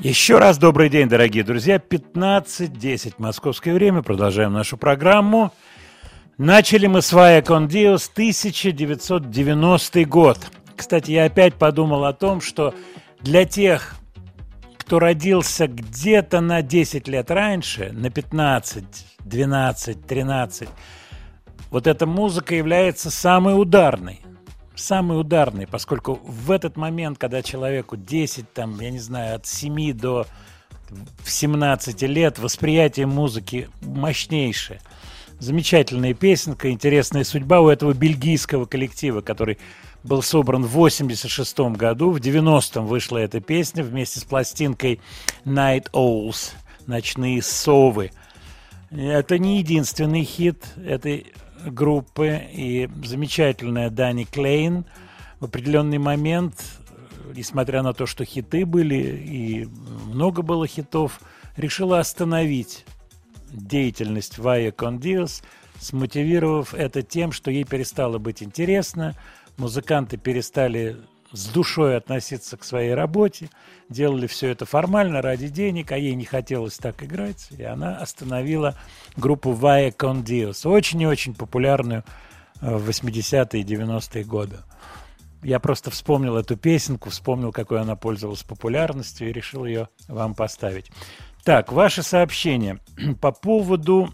Еще раз добрый день, дорогие друзья. 15:10 московское время. Продолжаем нашу программу. Начали мы с Вая кон Диос 1990 год. Кстати, я опять подумал о том, что для тех, кто родился где-то на 10 лет раньше, на 15, 12, 13, вот эта музыка является самой ударной. Самый ударный, поскольку в этот момент, когда человеку 10, там, я не знаю, от 7 до 17 лет, восприятие музыки мощнейшее. Замечательная песенка, интересная судьба у этого бельгийского коллектива, который был собран в 1986 году. В 90-м вышла эта песня вместе с пластинкой Night Owls, «Ночные совы». Это не единственный хит этой группы, и замечательная Дани Клейн в определенный момент, несмотря на то, что хиты были и много было хитов, решила остановить деятельность Вая кон Диос, смотивировав это тем, что ей перестало быть интересно, музыканты перестали с душой относиться к своей работе, делали все это формально, ради денег, а ей не хотелось так играть, и она остановила группу Вая кон Диос, очень и очень популярную в 80-е и 90-е годы. Я просто вспомнил эту песенку, вспомнил, какой она пользовалась популярностью, и решил ее вам поставить. Так, ваше сообщение по поводу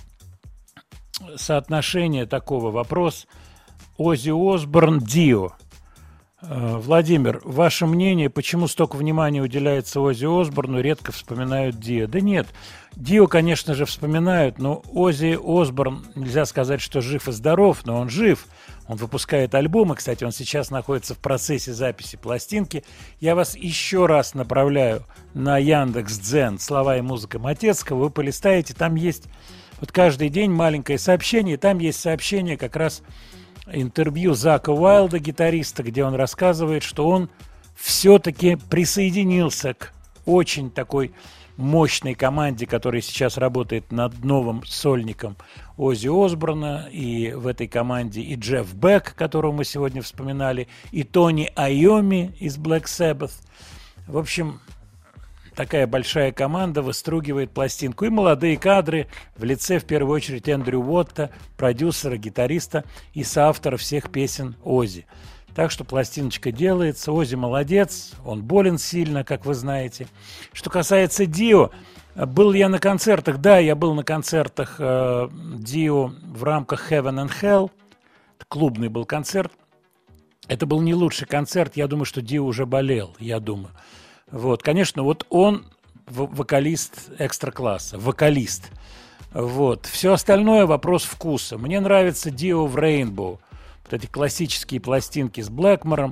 соотношения такого, вопрос Оззи Осборн Дио. Владимир, ваше мнение, почему столько внимания уделяется Оззи Осборну, редко вспоминают Дио? Да нет, Дио, конечно же, вспоминают, но Оззи Осборн, нельзя сказать, что жив и здоров, но он жив. Он выпускает альбомы, кстати, он сейчас находится в процессе записи пластинки. Я вас еще раз направляю на Яндекс.Дзен «Слова и музыка Матецкого», вы полистаете, там есть вот каждый день маленькое сообщение, и там есть сообщение как раз интервью Зака Уайлда, гитариста, где он рассказывает, что он все-таки присоединился к очень такой мощной команде, которая сейчас работает над новым сольником Оззи Осборна, и в этой команде и Джефф Бек, которого мы сегодня вспоминали, и Тони Айоми из Black Sabbath. В общем, такая большая команда выстругивает пластинку. И молодые кадры в лице, в первую очередь, Эндрю Уотта, продюсера, гитариста и соавтора всех песен Оззи. Так что пластиночка делается. Оззи молодец, он болен сильно, как вы знаете. Что касается Дио, был я на концертах. Да, я был на концертах Дио в рамках Heaven and Hell. Клубный был концерт. Это был не лучший концерт. Я думаю, что Дио уже болел, я думаю. Вот, конечно, вот он вокалист экстра-класса, вокалист. Вот. Все остальное вопрос вкуса. Мне нравится Dio в Rainbow, вот эти классические пластинки с Блэкмором.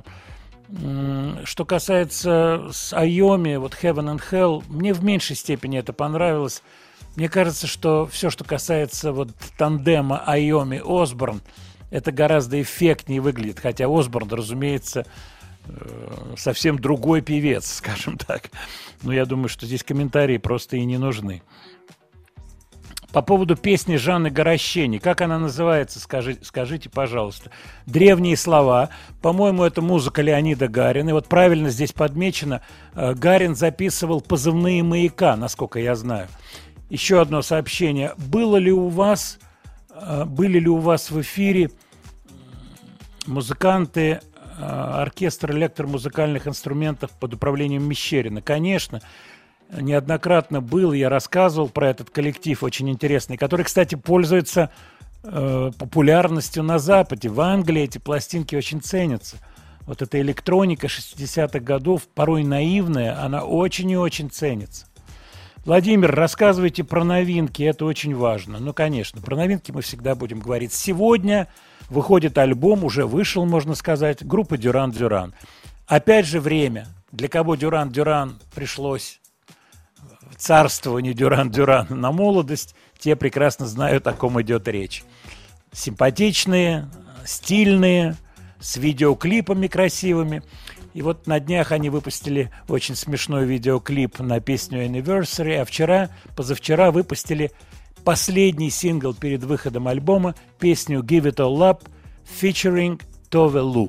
Что касается с Айоми, вот Heaven and Hell, мне в меньшей степени это понравилось. Мне кажется, что все, что касается вот тандема Айоми-Осборн, это гораздо эффектнее выглядит. Хотя Осборн, разумеется, совсем другой певец, скажем так. Но я думаю, что здесь комментарии просто и не нужны. По поводу песни Жанны Горощени. Как она называется, скажите, пожалуйста. Древние слова. По-моему, это музыка Леонида Гарина. И вот правильно здесь подмечено, Гарин записывал позывные «Маяка», насколько я знаю. Еще одно сообщение. Были ли у вас в эфире музыканты оркестр электромузыкальных инструментов под управлением Мещерина? Конечно, неоднократно был, я рассказывал про этот коллектив очень интересный, который, кстати, пользуется популярностью на Западе. В Англии эти пластинки очень ценятся. Вот эта электроника 60-х годов, порой наивная, она очень и очень ценится. Владимир, рассказывайте про новинки, это очень важно. Ну, конечно, про новинки мы всегда будем говорить. Сегодня выходит альбом, уже вышел, можно сказать, группы Дюран Дюран. Опять же время. Для кого Дюран Дюран пришлось царствование Дюран Дюран на молодость, те прекрасно знают, о ком идет речь. Симпатичные, стильные, с видеоклипами красивыми. И вот на днях они выпустили очень смешной видеоклип на песню Anniversary, а позавчера выпустили последний сингл перед выходом альбома, песню Give It All Up, featuring Tove Lo.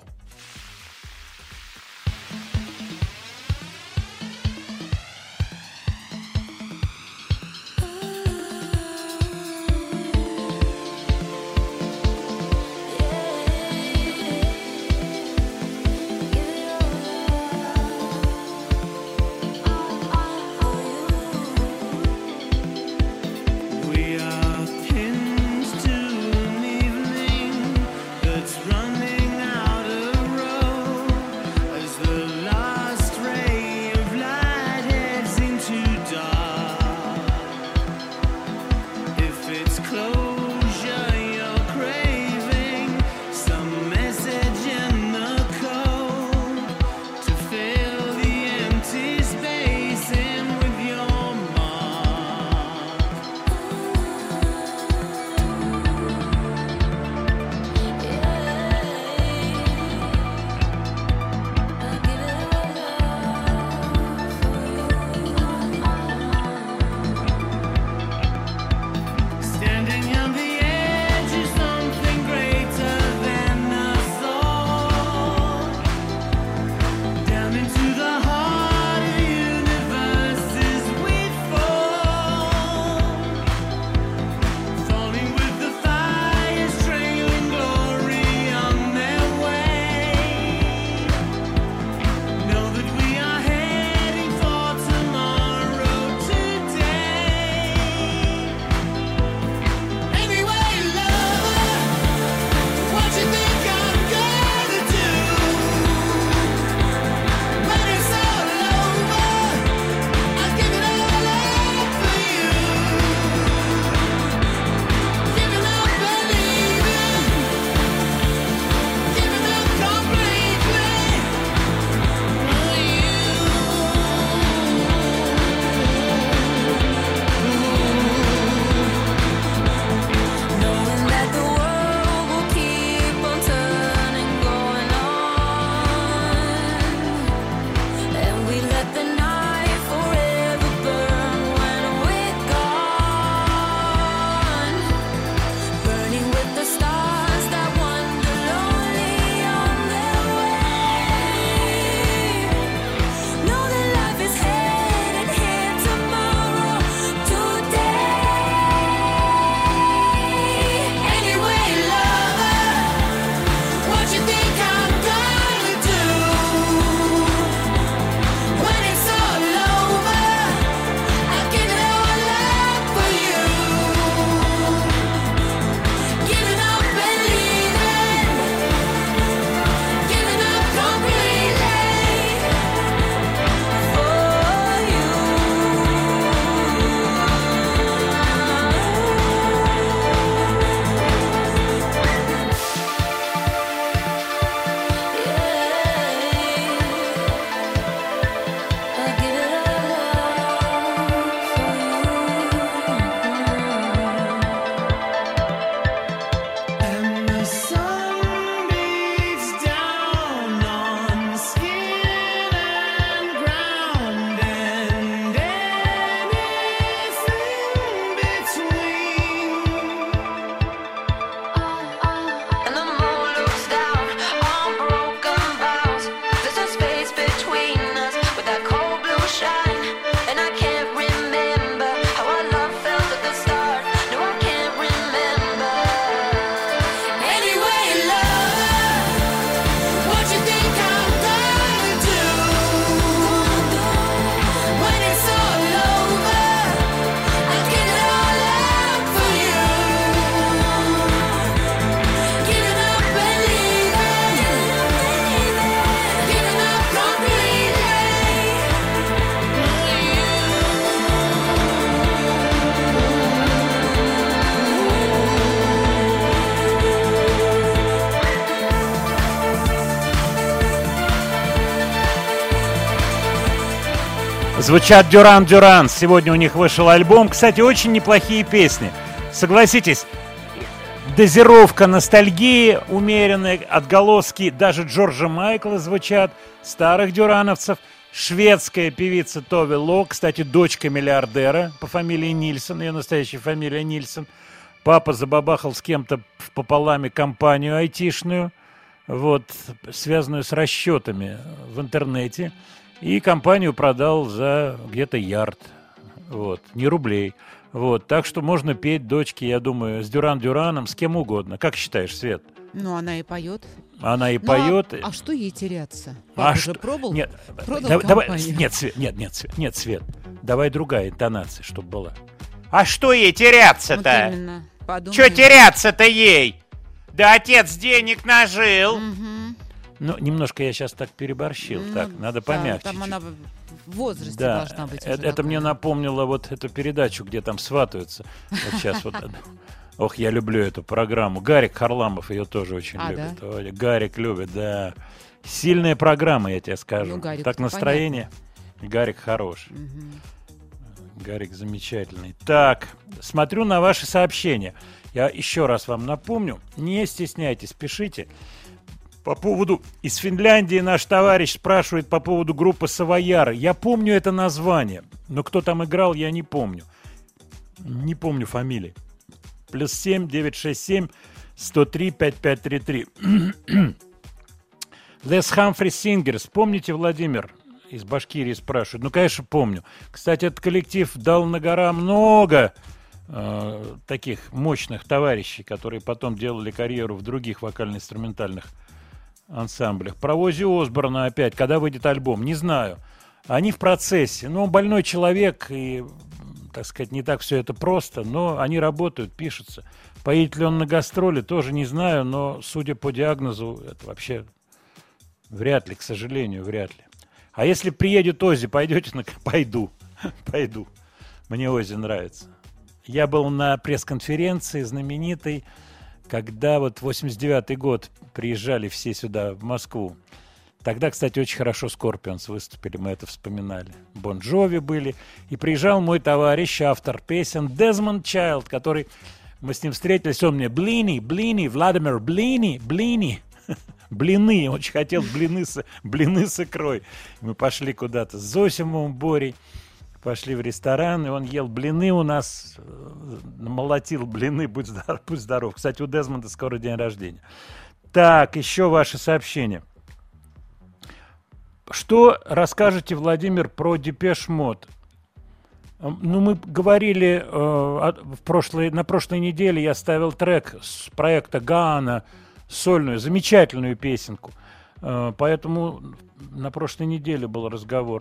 Звучат Дюран. Сегодня у них вышел альбом. Кстати, очень неплохие песни. Согласитесь, дозировка ностальгии, умеренные отголоски, даже Джорджа Майкла звучат, старых дюрановцев. Шведская певица Тови Ло, кстати, дочка миллиардера по фамилии Нильсон, ее настоящая фамилия Нильсон. Папа забабахал с кем-то пополам компанию айтишную, вот, связанную с расчетами в интернете. И компанию продал за где-то ярд, вот, не рублей. Вот, так что можно петь дочке, я думаю, с Дюраном, с кем угодно. Как считаешь, Свет? Ну, она и поет. Она и поет. А что ей теряться? Папа же пробовал? Нет, продал давай, компанию. нет, Свет. Давай другая интонация, чтобы была. А что ей теряться-то? Вот именно. Подумай. Что теряться-то ей? Да отец денег нажил. Ну, немножко я сейчас так переборщил. Так, надо помягче. Там она в возрасте да, должна быть. Это мне напомнило вот эту передачу, где там сватаются. Вот сейчас вот. Ох, я люблю эту программу. Гарик Харламов ее тоже очень любит. Да? Ой, Гарик любит, да. Сильная программа, я тебе скажу. Ну, так настроение. Понятно. Гарик хороший. Гарик замечательный. Так, смотрю на ваши сообщения. Я еще раз вам напомню. Не стесняйтесь, пишите. По поводу... Из Финляндии наш товарищ спрашивает по поводу группы Савояр. Я помню это название, но кто там играл, я не помню. Не помню фамилии. +7 967 103 5533. Les Humphrey Singers. Помните, Владимир из Башкирии спрашивает? Ну, конечно, помню. Кстати, этот коллектив дал на гора много таких мощных товарищей, которые потом делали карьеру в других вокально-инструментальных ансамблях. Про Оззи Осборна опять. Когда выйдет альбом? Не знаю. Они в процессе. Ну, больной человек, и, так сказать, не так все это просто, но они работают, пишутся. Поедет ли он на гастроли, тоже не знаю, но, судя по диагнозу, это вообще вряд ли, к сожалению, вряд ли. А если приедет Оззи, пойдете на... Пойду. Мне Оззи нравится. Я был на пресс-конференции знаменитой, когда вот 89-й год приезжали все сюда, в Москву. Тогда, кстати, очень хорошо Скорпионс выступили, мы это вспоминали. Бон Джови были. И приезжал мой товарищ, автор песен Дезмонд Чайлд, который... Мы с ним встретились, он мне Блини, Владимир, Блини. Блины, он очень хотел блины с икрой. Мы пошли куда-то с Зосимовым, Борей. Пошли в ресторан, и он ел блины у нас, молотил блины, будь здоров. Кстати, у Дезмонда скоро день рождения. Так, еще ваши сообщения. Что расскажете, Владимир, про Депеш Мод? Ну, мы говорили, на прошлой неделе я ставил трек с проекта Гаана, сольную, замечательную песенку. Поэтому на прошлой неделе был разговор.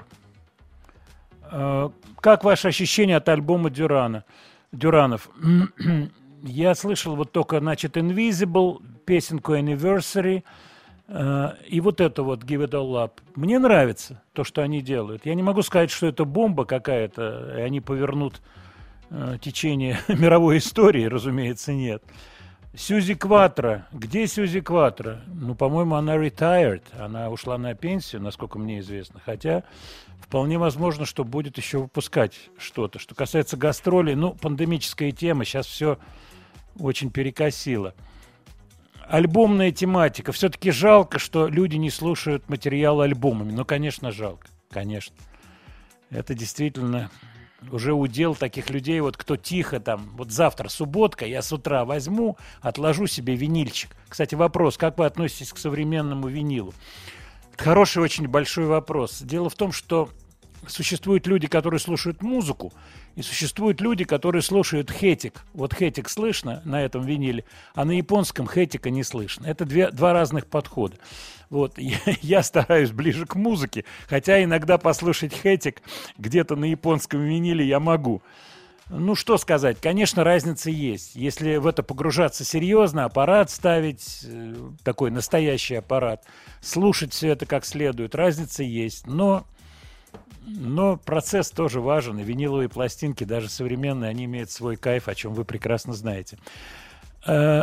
Как ваши ощущения от альбома Дюранов? Я слышал вот только, значит, Invisible, песенку Anniversary, и вот это вот Give It All Up. Мне нравится то, что они делают. Я не могу сказать, что это бомба какая-то, и они повернут течение мировой истории, разумеется, нет. Сьюзи Кватро. Где Сьюзи Кватро? Ну, по-моему, она retired. Она ушла на пенсию, насколько мне известно. Хотя вполне возможно, что будет еще выпускать что-то. Что касается гастролей, ну, пандемическая тема. Сейчас все очень перекосило. Альбомная тематика. Все-таки жалко, что люди не слушают материал альбомами. Ну, конечно, жалко. Конечно. Это действительно... Уже удел таких людей, вот кто тихо там, вот завтра субботка, я с утра возьму, отложу себе винильчик. Кстати, вопрос, как вы относитесь к современному винилу? Это хороший, очень большой вопрос. Дело в том, что существуют люди, которые слушают музыку, и существуют люди, которые слушают хэтик. Вот хэтик слышно на этом виниле, а на японском хэтика не слышно. Это два разных подхода. Вот, я стараюсь ближе к музыке, хотя иногда послушать хэтик где-то на японском виниле я могу. Ну, что сказать, конечно, разница есть. Если в это погружаться серьезно, аппарат ставить, такой настоящий аппарат, слушать все это как следует, разница есть. Но процесс тоже важен, и виниловые пластинки, даже современные, они имеют свой кайф, о чем вы прекрасно знаете.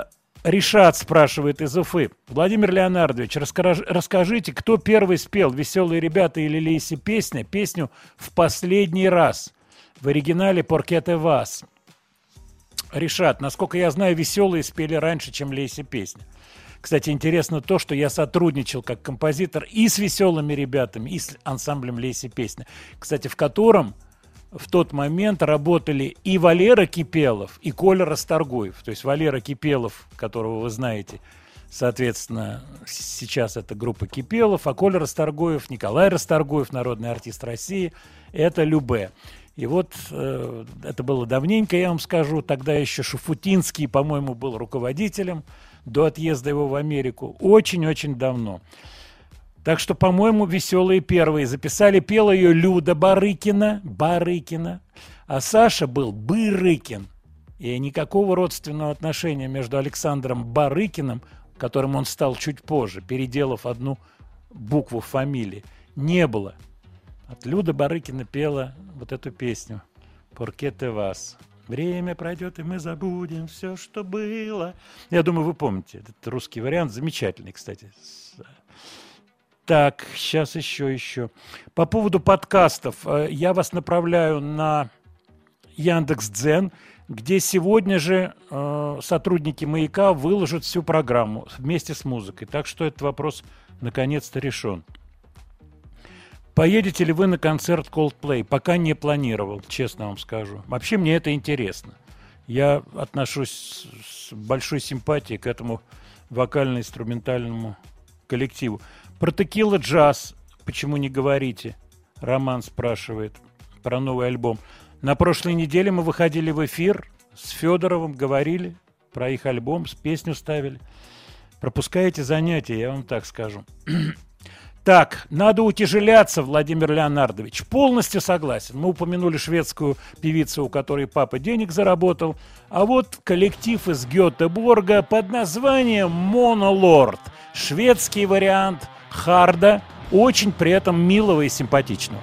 Ришат спрашивает из Уфы. Владимир Леонардович, расскажите, кто первый спел «Веселые ребята» или «Лейси песню в последний раз» в оригинале «Porque te vas». Ришат, насколько я знаю, «Веселые» спели раньше, чем «Лейси песня». Кстати, интересно то, что я сотрудничал как композитор и с «Веселыми ребятами», и с ансамблем «Лейси песня», кстати, в котором в тот момент работали и Валера Кипелов, и Коля Расторгуев. То есть Валера Кипелов, которого вы знаете, соответственно, сейчас это группа Кипелов, а Коля Расторгуев, Николай Расторгуев, народный артист России, это Любэ. И вот это было давненько, я вам скажу, тогда еще Шуфутинский, по-моему, был руководителем до отъезда его в Америку. Очень-очень давно. Так что, по-моему, «Веселые» первые записали. Пела ее Люда Барыкина, а Саша был Бырыкин. И никакого родственного отношения между Александром Барыкиным, которым он стал чуть позже, переделав одну букву в фамилии, не было. От Люда Барыкина пела вот эту песню «Porque te vas». Время пройдет, и мы забудем все, что было. Я думаю, вы помните. Этот русский вариант замечательный, кстати. Так, сейчас еще. По поводу подкастов. Я вас направляю на Яндекс.Дзен, где сегодня же сотрудники «Маяка» выложат всю программу вместе с музыкой. Так что этот вопрос наконец-то решен. Поедете ли вы на концерт Coldplay? Пока не планировал, честно вам скажу. Вообще мне это интересно. Я отношусь с большой симпатией к этому вокально-инструментальному коллективу. Про Текила Джаз почему не говорите? Роман спрашивает про новый альбом. На прошлой неделе мы выходили в эфир с Федоровым, говорили про их альбом, с песню ставили. Пропускаете занятия, я вам так скажу. Так, надо утяжеляться, Владимир Леонардович. Полностью согласен. Мы упомянули шведскую певицу, у которой папа денег заработал. А вот коллектив из Гетеборга под названием «Монолорд». Шведский вариант харда, очень при этом милого и симпатичного.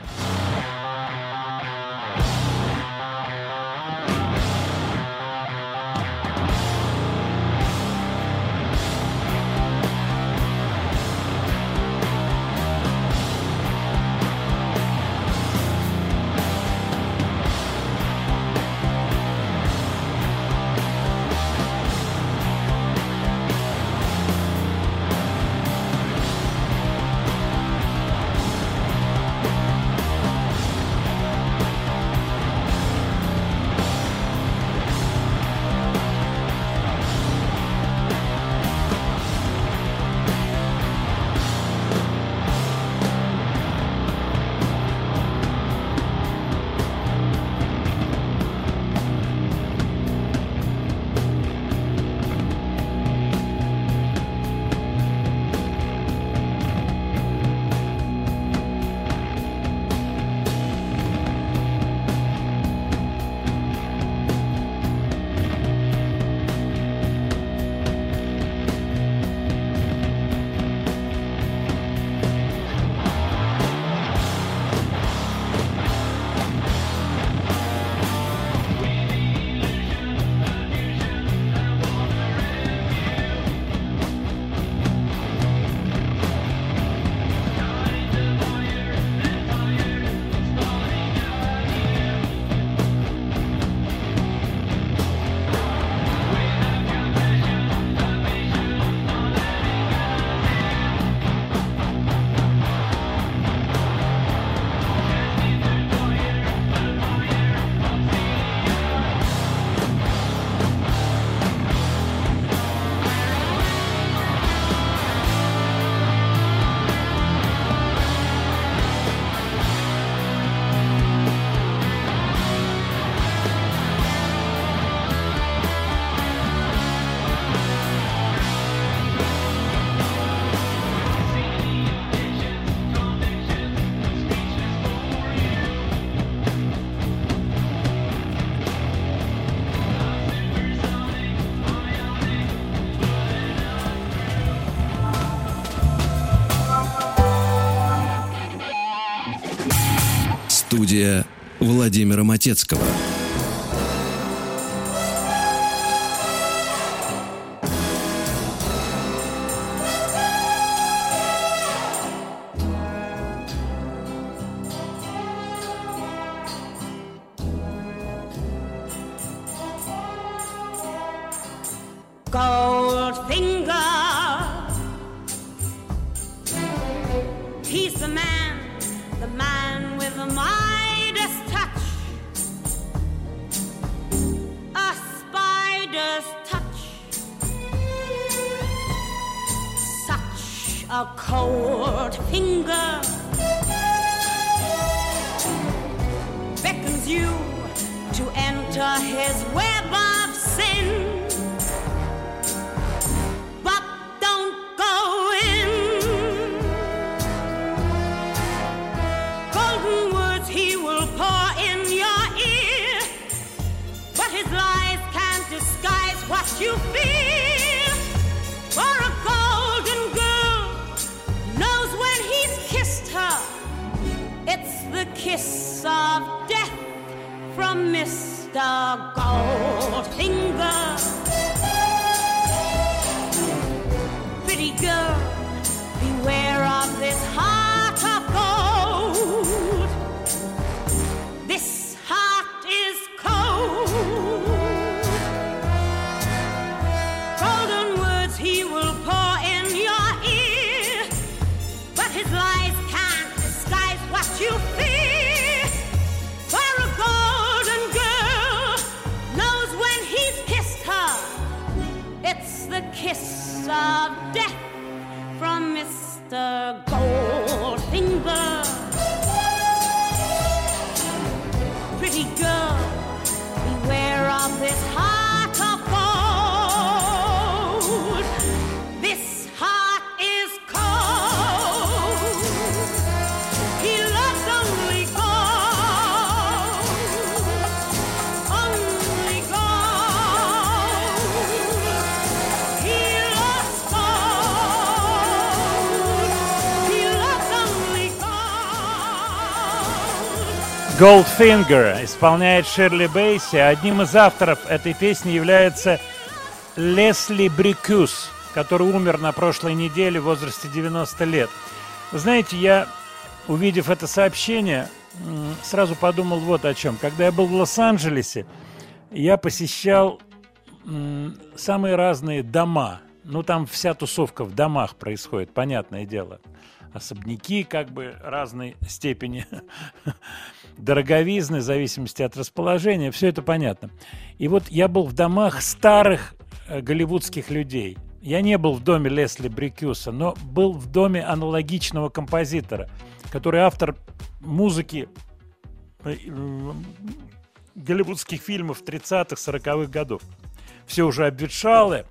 Студия Владимира Матецкого. Goldfinger. He's the man with the Midas touch, a spider's touch, such a cold finger beckons you to enter his web of sin. But don't go in. Golden words he will pour in your ear, but his lies can't disguise what you feel. For a golden girl knows when he's kissed her, it's the kiss of death from Mr. Goldfinger. Pretty girl, beware of this heart of gold. This heart is cold. Golden words he will pour in your ear, but his lies can't disguise what you fear. For a golden girl knows when he's kissed her, it's the kiss of death from Mr. Goldfinger. Pretty girl, beware of this heart of gold. This heart is cold. He loves only gold. Only gold. He loves gold. He loves only gold. Goldfinger исполняет Ширли Бейси. Одним из авторов этой песни является Лесли Брикюс, который умер на прошлой неделе в возрасте 90 лет. Вы знаете, я, увидев это сообщение, сразу подумал вот о чем. Когда я был в Лос-Анджелесе, я посещал самые разные дома. Ну, там вся тусовка в домах происходит, понятное дело. Особняки как бы разной степени дороговизны, в зависимости от расположения, все это понятно. И вот я был в домах старых голливудских людей. Я не был в доме Лесли Брикюса, но был в доме аналогичного композитора, который автор музыки голливудских фильмов 30-х, 40-х годов. Все уже обветшало,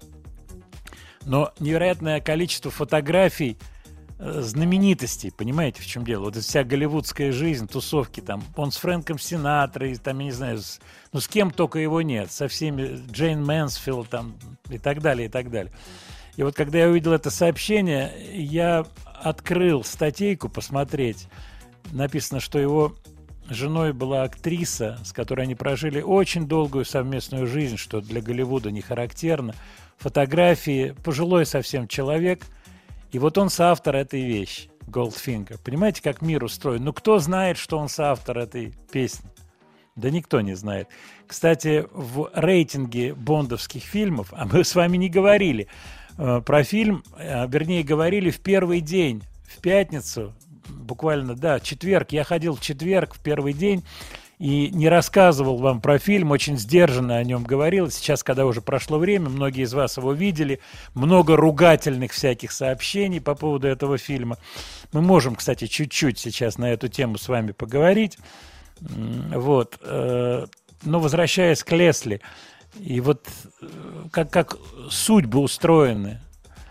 но невероятное количество фотографий знаменитостей, понимаете, в чем дело? Вот эта вся голливудская жизнь, тусовки, там, он с Фрэнком Синатрой, там, я не знаю, с кем только его нет, со всеми, Джейн Мэнсфилд, там, и так далее, и так далее. И вот когда я увидел это сообщение, я открыл статейку посмотреть. Написано, что его женой была актриса, с которой они прожили очень долгую совместную жизнь, что для Голливуда не характерно. Фотографии, пожилой совсем человек. И вот он соавтор этой вещи, Goldfinger. Понимаете, как мир устроен? Ну, кто знает, что он соавтор этой песни? Да никто не знает. Кстати, в рейтинге бондовских фильмов, а мы с вами не говорили про фильм, вернее, говорили в первый день, в пятницу, буквально, да, четверг. Я ходил в четверг, в первый день, и не рассказывал вам про фильм, очень сдержанно о нем говорил. Сейчас, когда уже прошло время, многие из вас его видели, много ругательных всяких сообщений по поводу этого фильма. Мы можем, кстати, чуть-чуть сейчас на эту тему с вами поговорить. Вот. Но возвращаясь к Лесли, и вот как судьбы устроены.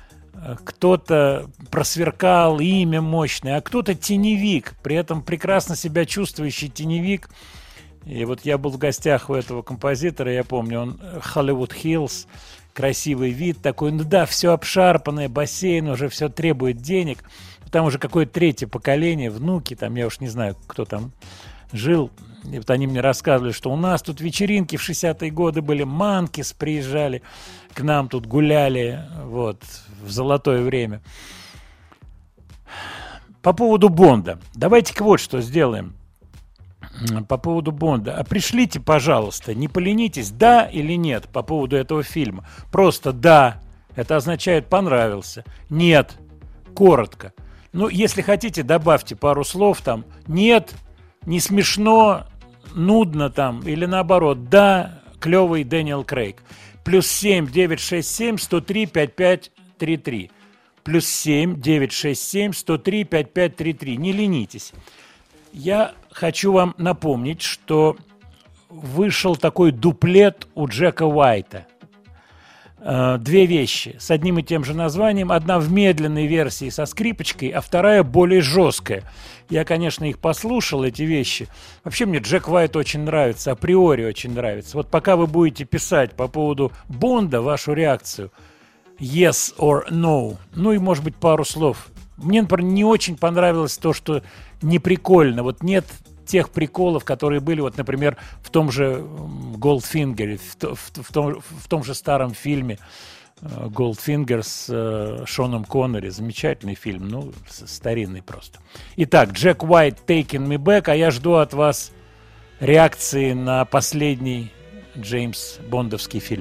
Кто-то просверкал, имя мощное, а кто-то теневик, при этом прекрасно себя чувствующий теневик. И вот я был в гостях у этого композитора, я помню, он Hollywood Hills, красивый вид такой, ну да, все обшарпанное, бассейн, уже все требует денег. Там уже какое-то третье поколение, внуки, там я уж не знаю, кто там жил. И вот они мне рассказывали, что у нас тут вечеринки в 60-е годы были, Манкис приезжали к нам, тут гуляли, вот, в золотое время. По поводу Бонда. Давайте-ка вот что сделаем. по поводу Бонда. А пришлите, пожалуйста, не поленитесь, да или нет по поводу этого фильма. Просто да, это означает понравился. Нет, коротко. Ну, если хотите, добавьте пару слов там. Нет, не смешно, нудно там. Или наоборот, да, клевый Дэниел Крейг. +7 967 103 5533. +7 967 103 5533. Не ленитесь. Я хочу вам напомнить, что вышел такой дуплет у Джека Уайта. Две вещи с одним и тем же названием. Одна в медленной версии со скрипочкой, а вторая более жесткая. Я, конечно, их послушал, эти вещи. Вообще мне Джек Уайт очень нравится, априори очень нравится. Вот пока вы будете писать по поводу Бонда вашу реакцию, yes or no, ну и, может быть, пару слов. Мне, например, не очень понравилось то, что не прикольно. Вот нет тех приколов, которые были, вот, например, в том же Goldfinger, в том же старом фильме Goldfinger с Шоном Коннери. Замечательный фильм, ну, старинный просто. Итак, Джек Уайт, Taking Me Back, а я жду от вас реакции на последний Джеймс Бондовский фильм.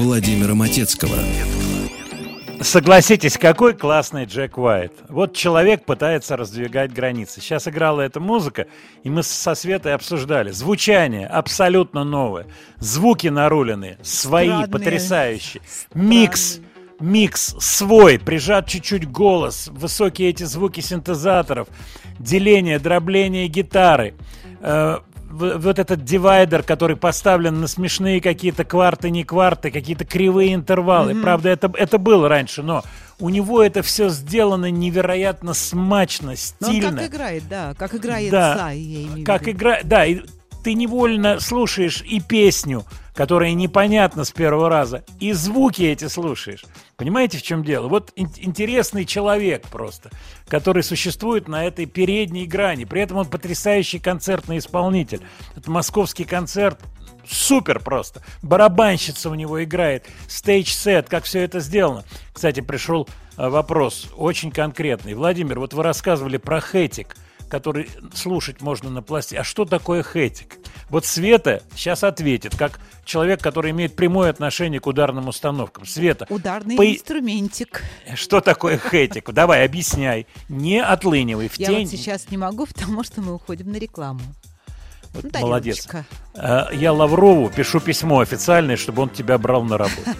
Владимира Матецкого. Согласитесь, какой классный Джек Уайт. Вот человек пытается раздвигать границы. Сейчас играла эта музыка, и мы со Светой обсуждали. Звучание абсолютно новое. Звуки наруленные, свои, Странные. потрясающие. Микс свой, прижат чуть-чуть голос, высокие эти звуки синтезаторов, деление, дробление гитары. Вот этот дивайдер, который поставлен на смешные какие-то кварты, не кварты, какие-то кривые интервалы. Правда, это было раньше, но у него это все сделано невероятно смачно, стильно. Но он как играет, да, как играет Да, Цай, я имею в как виду. игра, да, и ты невольно слушаешь и песню, которая непонятна с первого раза, и звуки эти слушаешь. Понимаете, в чем дело? Вот интересный человек просто, который существует на этой передней грани. При этом он потрясающий концертный исполнитель. Это московский концерт. Супер просто. Барабанщица у него играет. Стейдж-сет, как все это сделано. Кстати, пришел вопрос очень конкретный. Владимир, вот вы рассказывали про хэтик, который слушать можно на пластинке. А что такое хэтик? Вот Света сейчас ответит, как человек, который имеет прямое отношение к ударным установкам. Света, Ударный инструментик. что такое хэтик? Давай, объясняй. Не отлынивай в Я тень. вот сейчас не могу, потому что мы уходим на рекламу. Вот Ну, молодец. тарелочка. Я Лаврову пишу письмо официальное, чтобы он тебя брал на работу.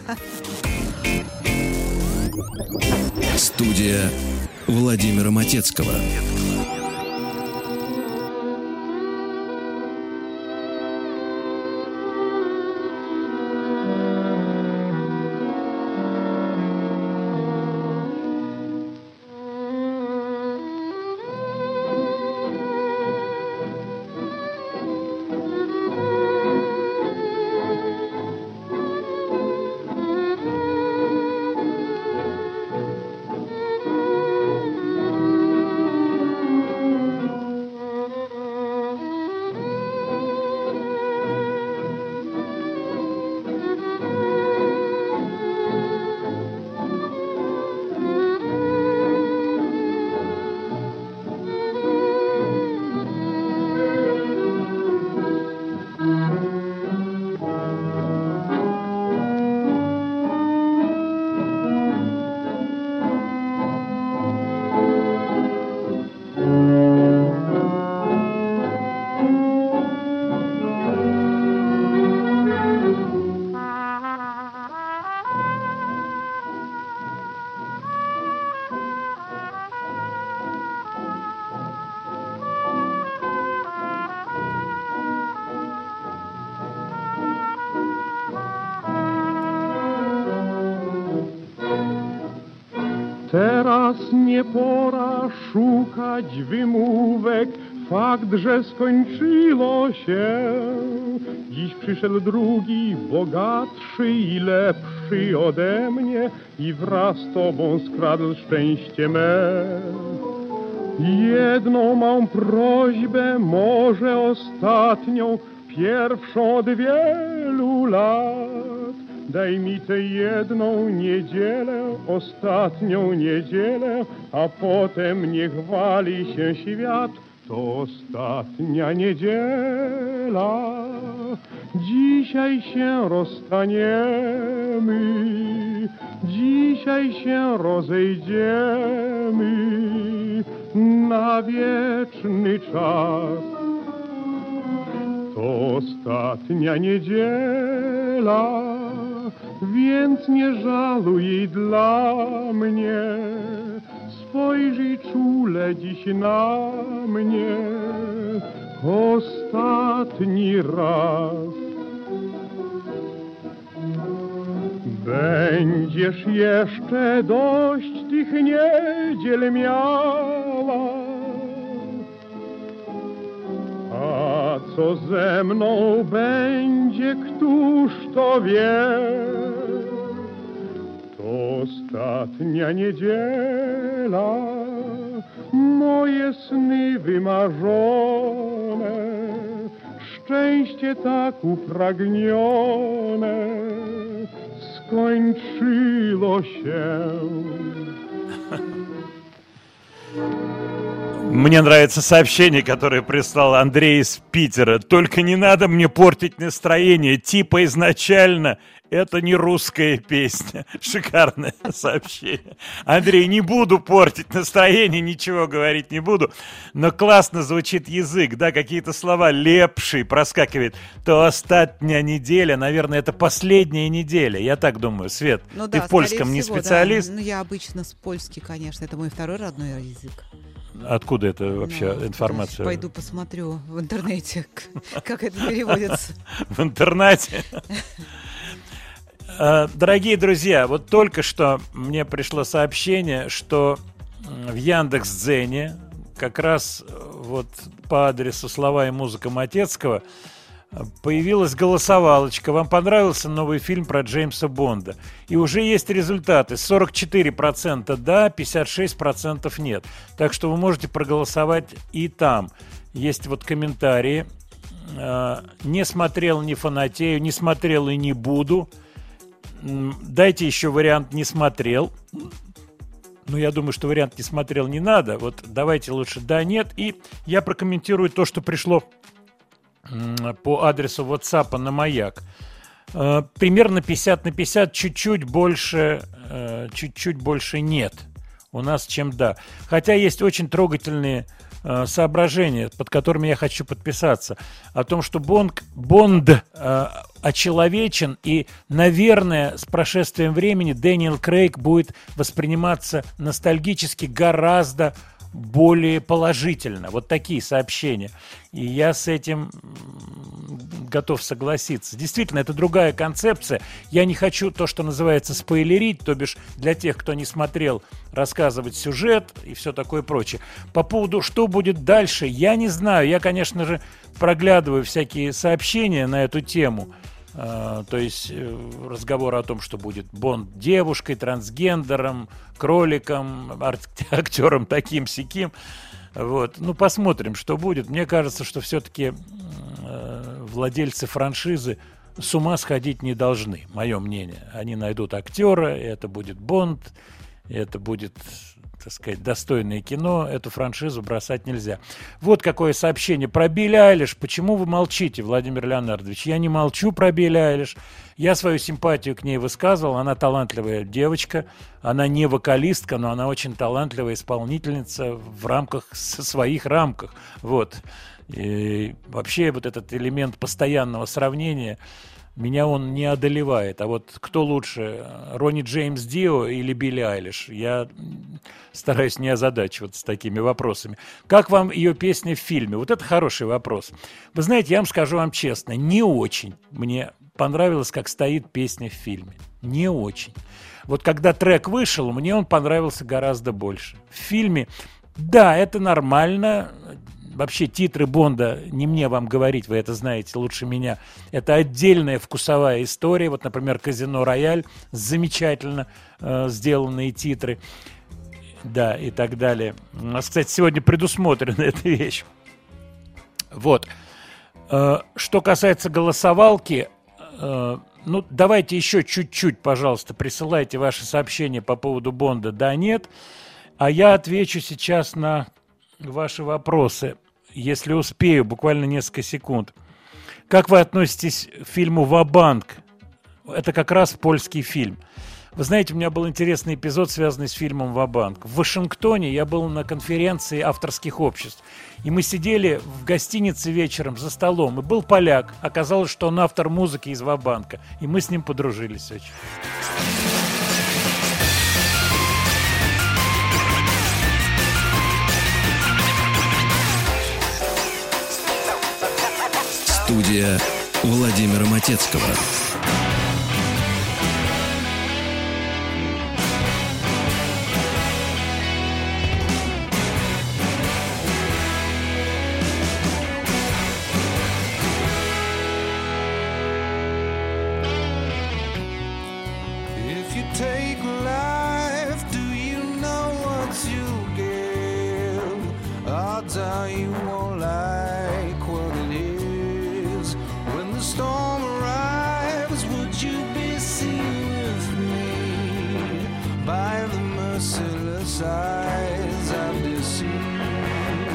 Студия Владимира Матецкого. Teraz nie pora szukać wymówek, fakt, że skończyło się. Dziś przyszedł drugi, bogatszy i lepszy ode mnie i wraz z tobą skradł szczęście me. Jedną mam prośbę, może ostatnią, pierwszą od wielu lat. Daj mi tę jedną niedzielę, ostatnią niedzielę, a potem niech wali się świat. To ostatnia niedziela. Dzisiaj się rozstaniemy, dzisiaj się rozejdziemy na wieczny czas. To ostatnia niedziela, więc nie żaluj jej dla mnie. Spojrzyj czule dziś na mnie ostatni raz. Będziesz jeszcze dość tych niedziel miała, a co ze mną będzie, któż to wie? To ostatnia niedziela, moje sny wymarzone, szczęście tak upragnione skończyło się. Мне нравится сообщение, которое прислал Андрей из Питера. Только не надо мне портить настроение. Типа изначально это не русская песня. Шикарное сообщение. Андрей, не буду портить настроение, ничего говорить не буду. Но классно звучит язык, да, какие-то слова лепший проскакивает. То остатня неделя, наверное, это последняя неделя. Я так думаю, Свет. Ну, ты да, в польском не всего, специалист? Да. Ну, я обычно с польский, конечно, это мой второй родной язык. Откуда это вообще информация? Пойду посмотрю в интернете, как это переводится. В интернете? Дорогие друзья, вот только что мне пришло сообщение, что в Яндекс.Дзене как раз вот по адресу «Слова и музыка Матецкого» появилась голосовалочка. Вам понравился новый фильм про Джеймса Бонда? И уже есть результаты. 44% да, 56% нет. Так что вы можете проголосовать и там. Есть вот комментарии. Не смотрел, не фанатею, не смотрел и не буду. Дайте еще вариант «не смотрел». Ну, я думаю, что вариант «не смотрел» не надо. Вот давайте лучше «да», «нет». И я прокомментирую то, что пришло по адресу WhatsApp на Маяк. Примерно 50 на 50, чуть-чуть больше нет у нас, чем «да». Хотя есть очень трогательные соображения, под которыми я хочу подписаться, о том, что Бонд очеловечен, и, наверное, с прошествием времени Дэниел Крейг будет восприниматься ностальгически гораздо более положительно. Вот такие сообщения. И я с этим готов согласиться. Действительно, это другая концепция. Я не хочу то, что называется, спойлерить, то бишь для тех, кто не смотрел, рассказывать сюжет и все такое прочее. По поводу, что будет дальше, я не знаю. Я, конечно же, проглядываю всякие сообщения на эту тему. То есть разговор о том, что будет Бонд девушкой, трансгендером, кроликом, актером таким-сяким. Вот. Ну, посмотрим, что будет. Мне кажется, что все-таки владельцы франшизы с ума сходить не должны, мое мнение. Они найдут актера, и это будет Бонд, и это будет, так сказать, достойное кино. Эту франшизу бросать нельзя. Вот какое сообщение про Билли Айлиш. Почему вы молчите, Владимир Леонардович? Я не молчу про Билли Айлиш. Я свою симпатию к ней высказывал. Она талантливая девочка. Она не вокалистка, но она очень талантливая исполнительница в рамках, своих рамках. Вот. И вообще вот этот элемент постоянного сравнения, меня он не одолевает. А вот кто лучше, Ронни Джеймс Дио или Билли Айлиш? Я стараюсь не озадачиваться такими вопросами. Как вам ее песня в фильме? Вот это хороший вопрос. Вы знаете, я вам скажу вам честно, не очень мне понравилось, как стоит песня в фильме. Не очень. Вот когда трек вышел, мне он понравился гораздо больше. В фильме, да, это нормально. Вообще титры Бонда, не мне вам говорить, вы это знаете лучше меня, это отдельная вкусовая история. Вот, например, «Казино Рояль», замечательно сделанные титры, да, и так далее. У нас, кстати, сегодня предусмотрена эта вещь. Вот. Что касается голосовалки, ну, давайте еще чуть-чуть, пожалуйста, присылайте ваши сообщения по поводу Бонда, да, нет, а я отвечу сейчас на ваши вопросы. Если успею, буквально несколько секунд. Как вы относитесь к фильму «Ва-банк»? Это как раз польский фильм. Вы знаете, у меня был интересный эпизод, связанный с фильмом «Ва-банк». В Вашингтоне я был на конференции авторских обществ. И мы сидели в гостинице вечером за столом. И был поляк. Оказалось, что он автор музыки из «Ва-банка». И мы с ним подружились очень. Студия Владимира Матецкого. If you take life, do you know what you give? Odds are you won't like what it is. When the storm arrives, would you be seen with me by the merciless eyes I've deceived?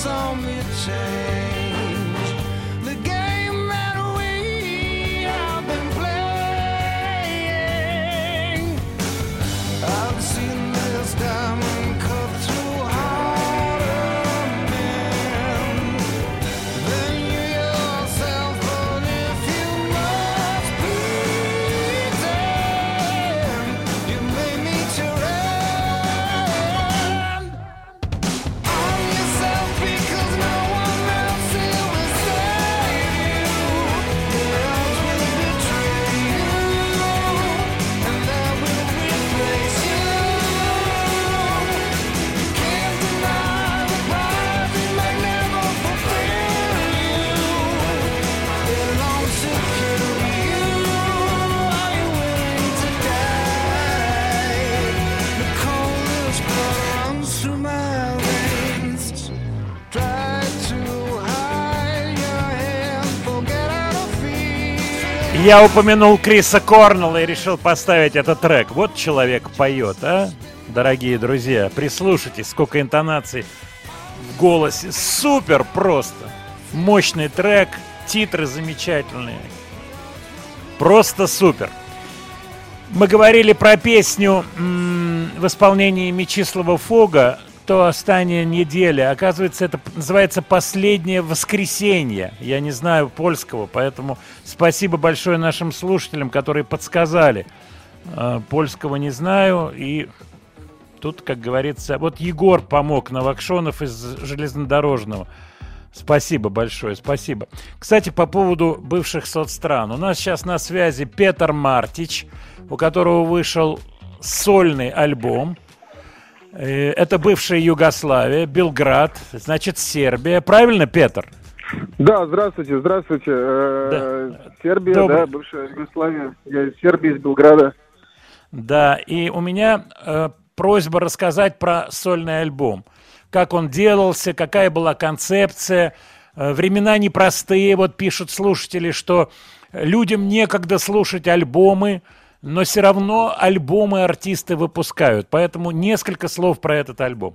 saw me change the game that we have been playing. I've seen this diamond cut through harder men than you yourself. But if you must pretend, you may meet your end on yourself, because no one else here will save you. The odds will betray you, and that will replace you. Can't deny the prize, it may never fulfill you. It longs to kill you. Are you willing to die? The coldest blood runs through my veins. Try to hide your hand, forget how to feel. Я упомянул Криса Корнелла и решил поставить этот трек. Вот человек поет, а? Дорогие друзья, прислушайтесь, сколько интонаций в голосе. Супер просто. Мощный трек, титры замечательные. Просто супер. Мы говорили про песню в исполнении Мечислава Фога «То остання неделя». Оказывается, это называется «Последнее воскресенье». Я не знаю польского, поэтому спасибо большое нашим слушателям, которые подсказали. Польского не знаю, и тут, как говорится, вот Егор помог, Новокшонов из железнодорожного. Спасибо большое, спасибо. Кстати, по поводу бывших соцстран. У нас сейчас на связи Петр Мартич, у которого вышел сольный альбом. Это бывшая Югославия, Белград, значит, Сербия. Правильно, Петр? Да, здравствуйте, здравствуйте. Сербия, Добрый. да, бывшая Югославия. Я из Сербии, из Белграда. Да, и у меня просьба рассказать про сольный альбом. Как он делался, какая была концепция. Времена непростые, вот пишут слушатели, что людям некогда слушать альбомы, но все равно альбомы артисты выпускают. Поэтому несколько слов про этот альбом.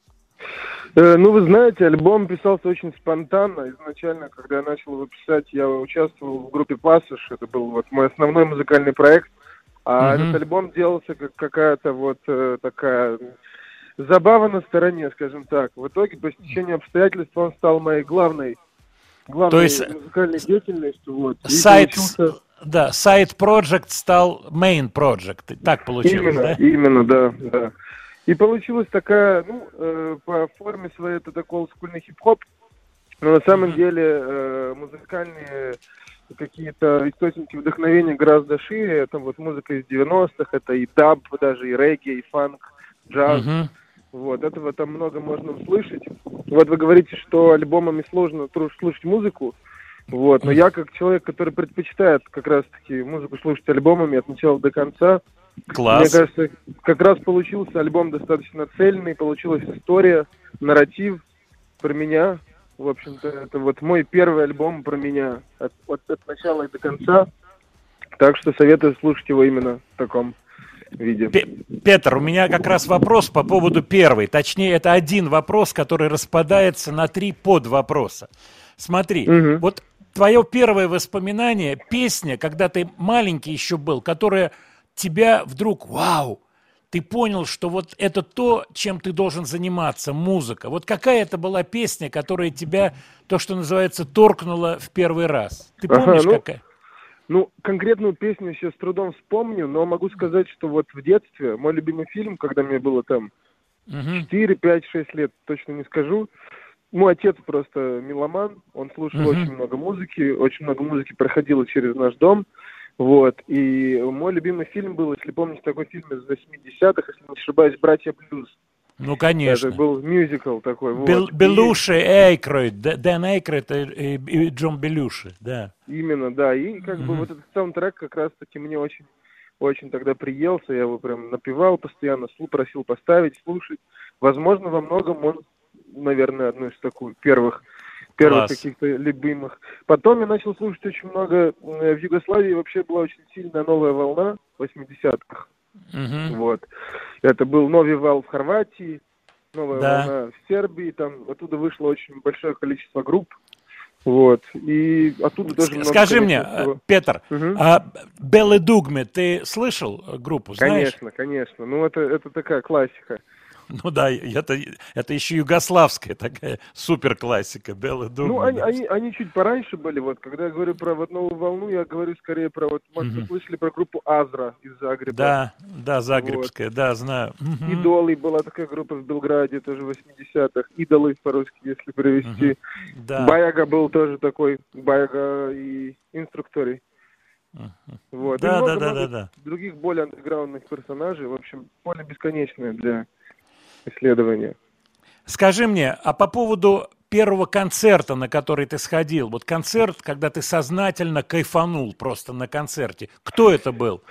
Ну, вы знаете, альбом писался очень спонтанно. Изначально, когда я начал его писать, я участвовал в группе «Пассаж». Это был вот мой основной музыкальный проект. А этот альбом делался как какая-то вот такая забава на стороне, скажем так. В итоге, по стечению обстоятельств, он стал моей главной То есть музыкальной деятельностью. Вот. Сайт, да, сайт Project стал main Project. Так получилось, именно, да? Именно, да, да. И получилась такая, ну, по форме своей, это такой олдскульный хип-хоп, но на самом деле музыкальные какие-то источники вдохновения гораздо шире. Это вот музыка из 90-х, это и даб, даже и регги, и фанк, джаз. Вот, этого там много можно услышать. Вот вы говорите, что альбомами сложно слушать музыку. Вот, но я как человек, который предпочитает как раз-таки музыку слушать альбомами от начала до конца. Класс. Мне кажется, как раз получился альбом достаточно цельный, получилась история, нарратив про меня. В общем-то, это вот мой первый альбом про меня от начала и до конца. Так что советую слушать его именно в таком виде. Петр, у меня как раз вопрос по поводу первой. Точнее, это один вопрос, который распадается на 3 подвопроса. Смотри, вот твое первое воспоминание, песня, когда ты маленький еще был, которая тебя вдруг, вау, ты понял, что вот это то, чем ты должен заниматься, музыка. Вот какая это была песня, которая тебя, то, что называется, торкнула в первый раз? Ты помнишь, какая? Ну, конкретную песню сейчас с трудом вспомню, но могу сказать, что вот в детстве мой любимый фильм, когда мне было там 4, 5, 6 лет, точно не скажу. Мой отец просто меломан, он слушал очень много музыки проходило через наш дом. Вот, и мой любимый фильм был, если помните, такой фильм из 80-х, если не ошибаюсь, «Братья Блюз». Ну, конечно. Это был мюзикл такой. Белуши, Эйкройд, Дэн Эйкройд и Джон Белуши, да. Именно, да. И как бы вот этот саундтрек как раз-таки мне очень, очень тогда приелся. Я его прям напевал постоянно, просил поставить, слушать. Возможно, во многом он, наверное, одной из таких первых каких-то любимых. Потом я начал слушать очень много. В Югославии вообще была очень сильная новая волна в 80-х. Вот. Это был новый вал в Хорватии. новая Да. волна в Сербии, там оттуда вышло очень большое количество групп, вот, и оттуда тоже много, Скажи мне, конечно, всего. Петр, Мгм. Беллы Дугме, ты слышал группу, знаешь? Конечно, конечно, ну это такая классика. Ну да, это еще югославская такая суперклассика, Беллы Дугме. Ну, они чуть пораньше были, вот, когда я говорю про вот новую волну, я говорю скорее про, вот, может, вы слышали про группу Азра из Загреба. Да, загребская, да, знаю. Мгм. Идолы, была такая группа в Белграде, тоже в 80-х. Идолы, по-русски, если перевести. Да. Баяга был тоже такой, Баяга и Инструкторы. Вот. И Да, много-много да. других более андеграундных персонажей. В общем, поле бесконечное для исследования. Скажи мне, а по поводу первого концерта, на который ты сходил, вот концерт, когда ты сознательно кайфанул просто на концерте, кто это был?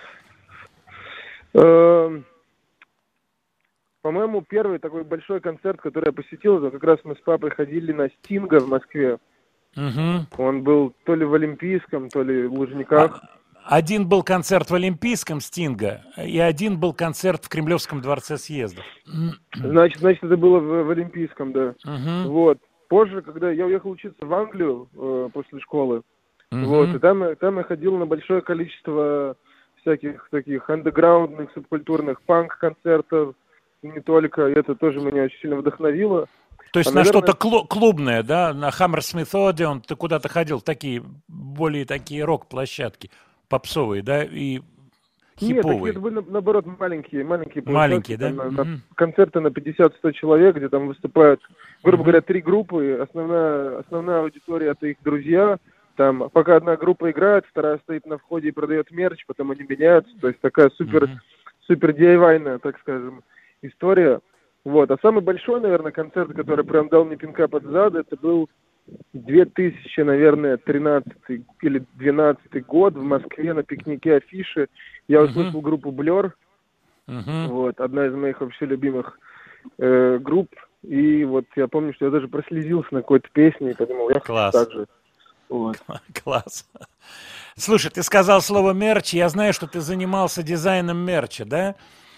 По-моему, первый такой большой концерт, который я посетил, это как раз мы с папой ходили на Стинга в Москве. Мгм. Он был то ли в Олимпийском, то ли в Лужниках. Один был концерт в Олимпийском Стинга, и один был концерт в Кремлевском дворце съездов. Значит, это было в Олимпийском, да. Мгм. Вот. Позже, когда я уехал учиться в Англию после школы, Мгм. вот, и там я ходил на большое количество всяких таких андеграундных, субкультурных панк-концертов, и не только. И это тоже меня очень сильно вдохновило. То есть А, на наверное, что-то клубное, да? На Hammersmith Odeon ты куда-то ходил, в такие, более такие рок-площадки, попсовые, да, и Нет, хиповые. такие были, наоборот, маленькие площадки, Маленькие, да? там, на Мгм. концерты на 50-100 человек, где там выступают, грубо говоря, 3 группы. Основная аудитория — это их друзья. Там, пока одна группа играет, вторая стоит на входе и продает мерч, потом они меняются. То есть такая супер DIY-ная, так скажем, история. Вот. А самый большой, наверное, концерт, который прям дал мне пинка под зад, это был 2000, наверное, 13 или 12 год в Москве на пикнике Афиши. Я услышал группу Blur. Вот, одна из моих вообще любимых групп. И вот я помню, что я даже прослезился на какой-то песне и подумал, я Класс. хочу так же. Вот. Класс. Слушай, ты сказал слово мерч, я знаю, что ты занимался дизайном мерча, да?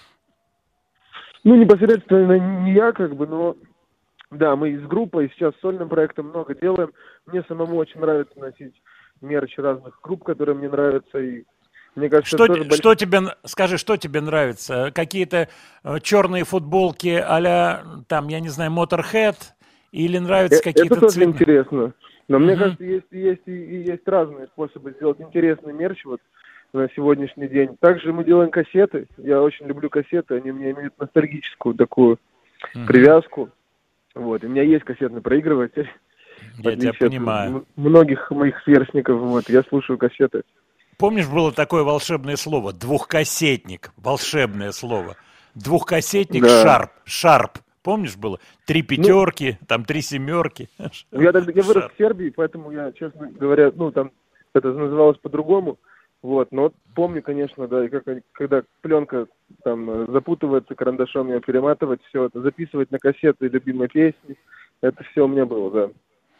Ну, непосредственно не я, как бы, но да, мы с группой сейчас сольным проектом много делаем. Мне самому очень нравится носить мерч разных групп, которые мне нравятся. И мне кажется, Что, это тоже что тебе, скажи, что тебе нравится? Какие-то черные футболки а-ля, там, я не знаю, Motorhead? Или нравятся какие-то это тоже цветные? интересно. Но мне Мгм. кажется, есть разные способы сделать интересный мерч вот на сегодняшний день. Также мы делаем кассеты. Я очень люблю кассеты. Они мне имеют ностальгическую такую привязку. Вот. У меня есть кассетный проигрыватель. В Я тебя отличие от понимаю. многих моих сверстников. Вот. Я слушаю кассеты. Помнишь, было такое волшебное слово? Двухкассетник. Волшебное слово. Двухкассетник Да. Шарп. Помнишь, было? 3 пятерки, там 3 семерки. Я вырос в Сербии, поэтому я, честно говоря, там это называлось по-другому. Вот, но помню, конечно, да, и когда пленка там запутывается карандашом, ее перематывать, все это, записывать на кассеты любимые песни, это все у меня было, да.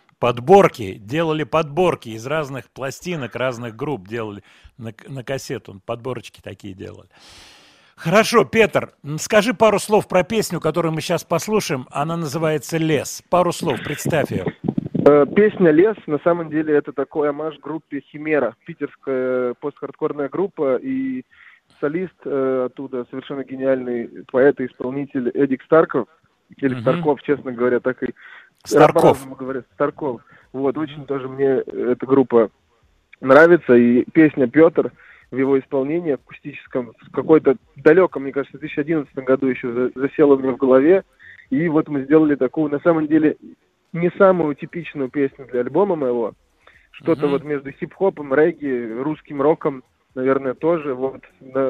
Делали подборки из разных пластинок, разных групп делали на кассету, подборочки такие делали. Хорошо, Петр, скажи пару слов про песню, которую мы сейчас послушаем. Она называется «Лес». Пару слов, представь ее. Песня «Лес» на самом деле это такой омаж группе «Химера», питерская постхардкорная группа, и солист оттуда совершенно гениальный поэт и исполнитель Эдик Старков, или Старков, честно говоря, так и Старков. по-разному говорят, Старков. Вот, очень тоже мне эта группа нравится, и песня «Петр» в его исполнении акустическом, в какой-то далеком, мне кажется, в 2011 году еще засела у меня в голове, и вот мы сделали такую, на самом деле, не самую типичную песню для альбома моего, что-то вот между хип-хопом, регги, русским роком, наверное, тоже, вот,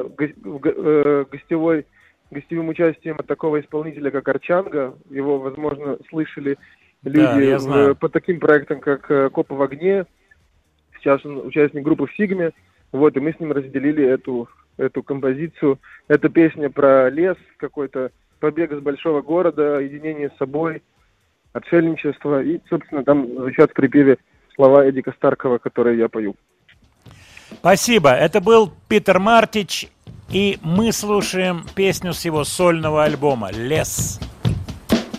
гостевым участием от такого исполнителя, как Арчанга, его, возможно, слышали Да, я знаю. люди по таким проектам, как «Копы в огне», сейчас он участник группы в Сигме, вот, и мы с ним разделили эту композицию. Это песня про лес, какой-то побег из большого города, единение с собой, отшельничество. И, собственно, там звучат в припеве слова Эдика Старкова, которые я пою. Спасибо. Это был Питер Мартич, и мы слушаем песню с его сольного альбома «Лес».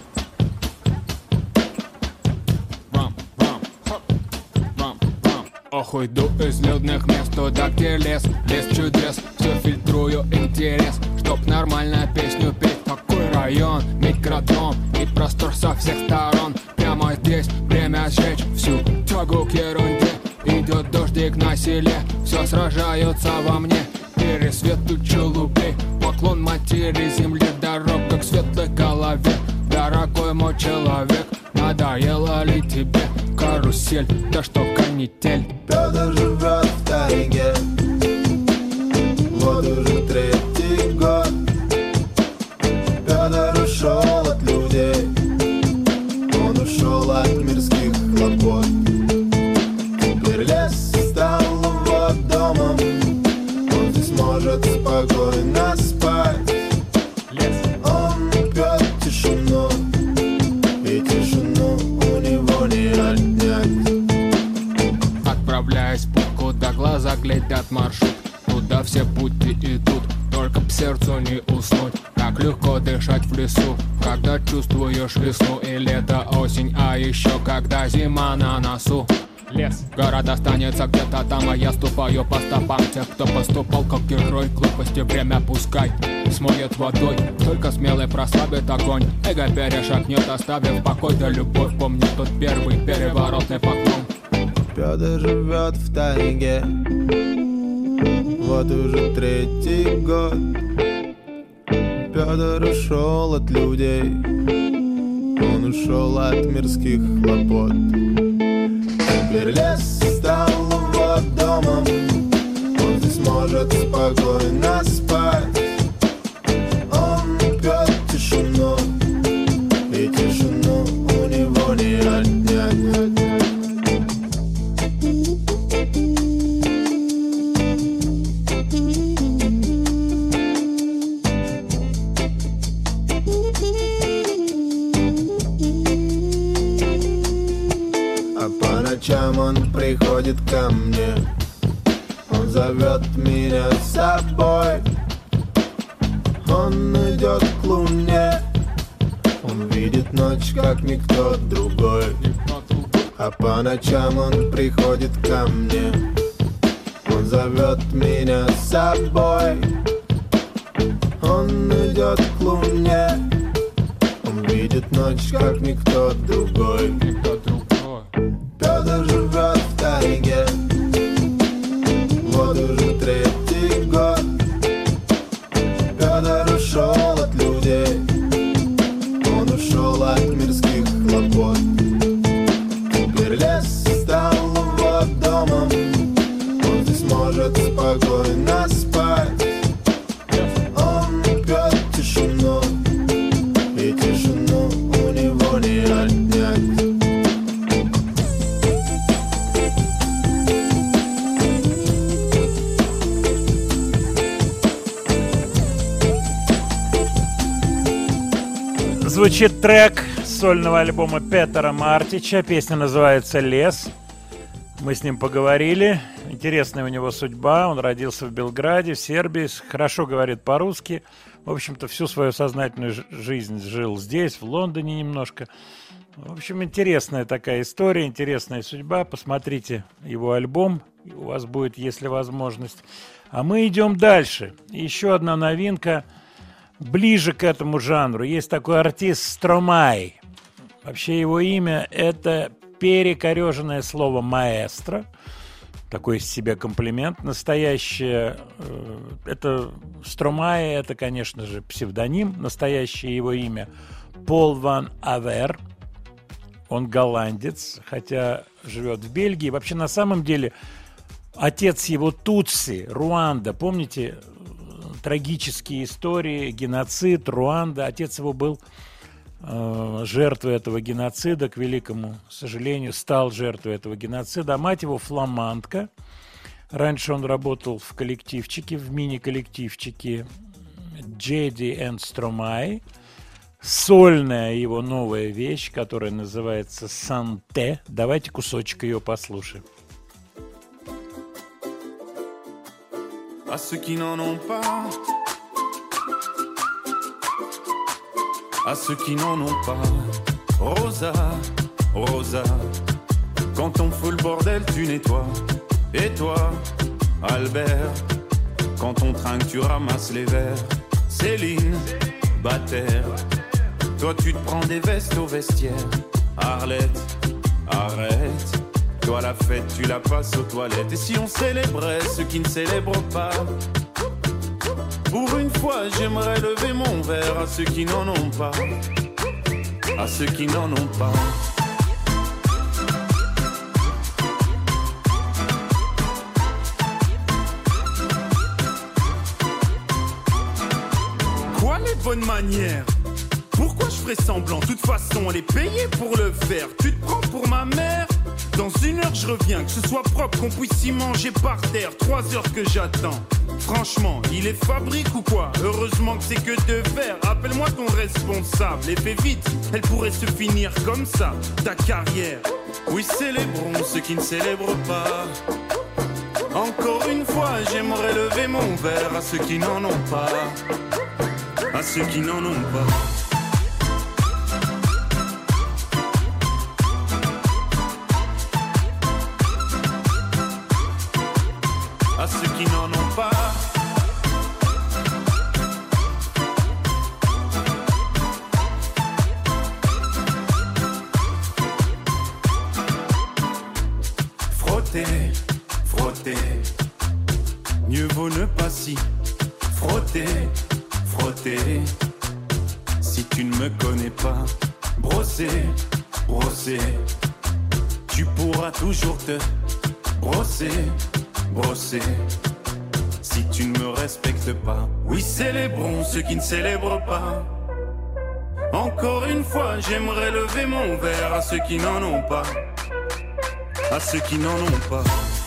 Ох, уйду из людных мест туда, где лес, лес чудес. Все фильтрую интерес, чтоб нормально песню петь. Такой район, микродом и простор со всех сторон. Прямо здесь время сжечь всю тягу к ерунде. Идет дождик на селе, все сражаются во мне. Пересвет тучу лупей, поклон матери земли. Дорога к светлой голове, дорогой мой человек. Надоело ли тебе карусель, да что канитель? Пётр живет в тайге, вот уже 3-й год. Пётр ушел от людей, он ушел от мирских хлопот. Теперь лес стал его домом, он здесь может спокойно спать. Он пьет тишину, и тишину у него не отнять. Отправляясь в путь, куда глаза глядят маршрут, туда все пути идут, только б сердцу не уснуть. Как легко дышать в лесу, когда чувствуешь весну и лето, осень, а еще когда зима на носу. Лес, город останется где-то там, а я ступаю по стопам тех, кто поступал как герой. Глупости время пускай смоет водой, только смелый прославит огонь. Эго перешагнет, оставив покой, да любовь помнит тот первый переворотный поклон. Пётр живет в тайге, вот уже 3-й год. Пётр ушел от людей, он ушел от мирских хлопот. Теперь лес стал его домом, он здесь может спокойно спать. Он пьет тишину, и тишину у него не отнять. Ночам он приходит ко мне, он зовет меня с собой. Он идет к луне, он видит ночь, как никто другой. А по ночам он приходит ко мне, он зовет меня с собой. Он идет к луне, он видит ночь, как никто другой. Пётр живет в тайге, вот уже 3-й год. Пётр ушел от людей, он ушел от мирских хлопот. Теперь лес стал его домом, он здесь может спокойно спать. Он пьет тишину, и тишину у него не отнять. Звучит трек сольного альбома Петера Мартича. Песня называется «Лес». Мы с ним поговорили. Интересная у него судьба. Он родился в Белграде, в Сербии. Хорошо говорит по-русски. В общем-то, всю свою сознательную жизнь жил здесь, в Лондоне немножко. В общем, интересная такая история, интересная судьба. Посмотрите его альбом. У вас будет, если возможность. А мы идем дальше. Еще одна новинка. Ближе к этому жанру. Есть такой артист Стромай. Вообще его имя — это перекореженное слово «маэстро». Такой из себя комплимент. Настоящее... это Стромай, это, конечно же, псевдоним. Настоящее его имя — Пол ван Авер. Он голландец, хотя живет в Бельгии. Вообще, на самом деле, отец его Тутси, Руанда. Помните... трагические истории, геноцид, Руанда. Отец его был жертвой этого геноцида, к великому сожалению, стал жертвой этого геноцида. А мать его фламандка. Раньше он работал в коллективчике, в мини-коллективчике Джеди энд Стромай. Сольная его новая вещь, которая называется «Санте». Давайте кусочек ее послушаем. À ceux qui n'en ont pas, à ceux qui n'en ont pas, Rosa, Rosa, quand on fout le bordel tu nettoies, Et toi, Albert, quand on trinque, tu ramasses les verres. Céline, Bataire, toi tu te prends des vestes au vestiaire. Arlette, arrête, toi la fête tu la passes aux toilettes. Et si on célébrait ceux qui ne célèbrent pas? Pour une fois j'aimerais lever mon verre à ceux qui n'en ont pas, à ceux qui n'en ont pas. Quoi les bonnes manières? Pourquoi je ferais semblant? De toute façon elle est payée pour le faire. Tu te prends pour ma mère? Dans 1 heure je reviens, que ce soit propre, qu'on puisse y manger par terre. 3 heures que j'attends. Franchement, il est fabrique ou quoi? Heureusement que c'est que de verre. Appelle-moi ton responsable et fais vite, elle pourrait se finir comme ça, ta carrière. Oui, célébrons ceux qui ne célèbrent pas. Encore une fois, j'aimerais lever mon verre à ceux qui n'en ont pas, à ceux qui n'en ont pas. À ceux qui n'en ont pas. Frotter, frotter, mieux vaut ne pas s'y frotter, frotter. Si tu ne me connais pas, brosser, brosser, tu pourras toujours te brosser, brosser. Si tu ne me respectes pas, oui, célébrons ceux qui ne célèbrent pas. Encore une fois, j'aimerais lever mon verre à ceux qui n'en ont pas, à ceux qui n'en ont pas.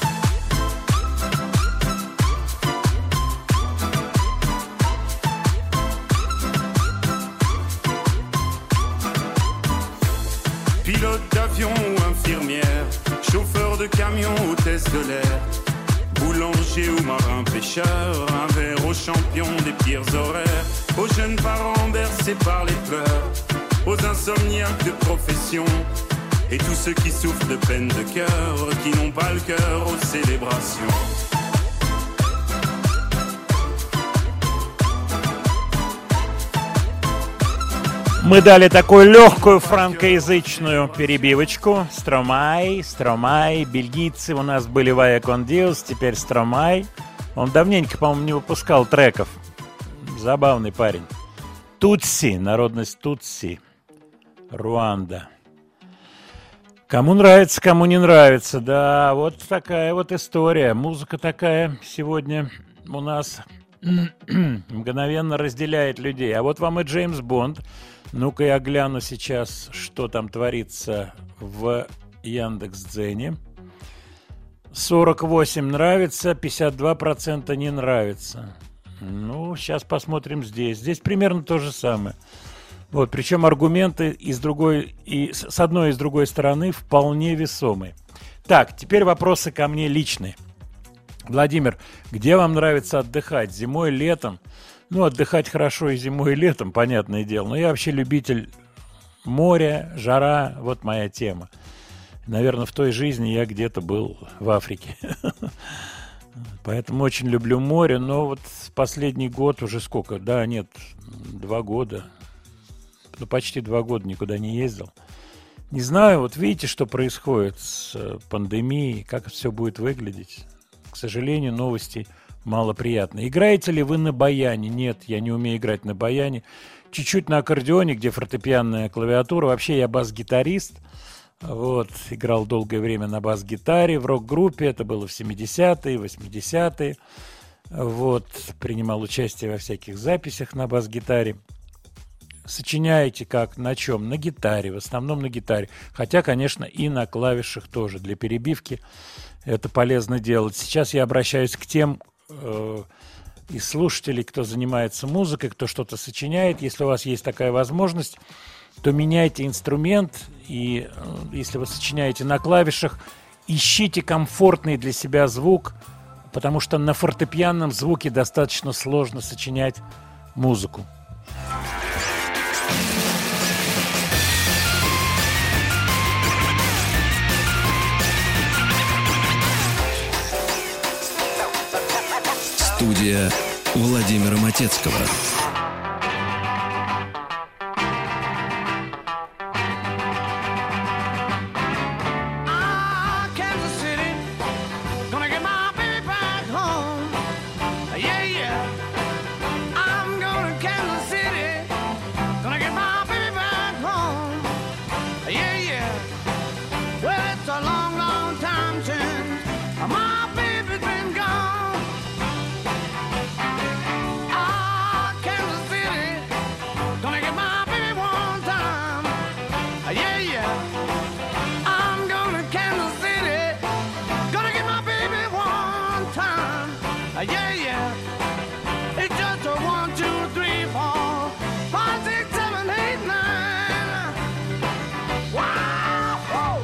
Pilote d'avion ou infirmière, chauffeur de camion, hôtesse de l'air, boulanger ou marin pêcheur, un verre aux champions des pires horaires, aux jeunes parents bercés par les pleurs, aux insomniaques de profession, et tous ceux qui souffrent de peine de cœur, qui n'ont pas le cœur aux célébrations. Мы дали такую легкую франкоязычную перебивочку. Стромай, Стромай, бельгийцы у нас были Вая Кондиус, теперь Стромай. Он давненько, по-моему, не выпускал треков. Забавный парень. Тутси, народность Тутси, Руанда. Кому нравится, кому не нравится. Да, вот такая вот история. Музыка такая сегодня у нас мгновенно разделяет людей. А вот вам и Джеймс Бонд. Ну-ка я гляну сейчас, что там творится в Яндекс.Дзене. 48 нравится, 52% не нравится. Ну, сейчас посмотрим здесь. Здесь примерно то же самое. Вот, причем аргументы с одной и с другой стороны вполне весомые. Так, теперь вопросы ко мне личные. Владимир, где вам нравится отдыхать? Зимой, летом? Ну, отдыхать хорошо и зимой, и летом, понятное дело. Но я вообще любитель моря, жара. Вот моя тема. Наверное, в той жизни я где-то был в Африке. Поэтому очень люблю море. Но вот последний год уже сколько? Да, нет, 2 года. Ну, почти 2 года никуда не ездил. Не знаю, вот видите, что происходит с пандемией, как все будет выглядеть. К сожалению, новости малоприятные. Играете ли вы на баяне? Нет, я не умею играть на баяне. Чуть-чуть на аккордеоне, где фортепианная клавиатура. Вообще я бас-гитарист. Вот, играл долгое время на бас-гитаре в рок-группе. Это было в 70-е, 80-е. Вот, принимал участие во всяких записях на бас-гитаре. Сочиняете как? На чем? На гитаре, в основном на гитаре. Хотя, конечно, и на клавишах тоже. Для перебивки это полезно делать. Сейчас я обращаюсь к тем из слушателей, кто занимается музыкой, кто что-то сочиняет. Если у вас есть такая возможность, то меняйте инструмент. И если вы сочиняете на клавишах, ищите комфортный для себя звук, потому что на фортепианном звуке достаточно сложно сочинять музыку. Студия Владимира Матецкого. Kansas City, gonna get my baby back home. Yeah, yeah. I'm going to Kansas City, gonna get my baby back home. Yeah, yeah. Well, it's a long, long time since my baby's been gone. Kansas City, gonna get my baby one time. Yeah, yeah. I'm going to Kansas City, gonna get my baby one time. Yeah, yeah. It's just a 1, 2, 3, 4, 5, 6, 7, 8, 9. Wow! Whoa.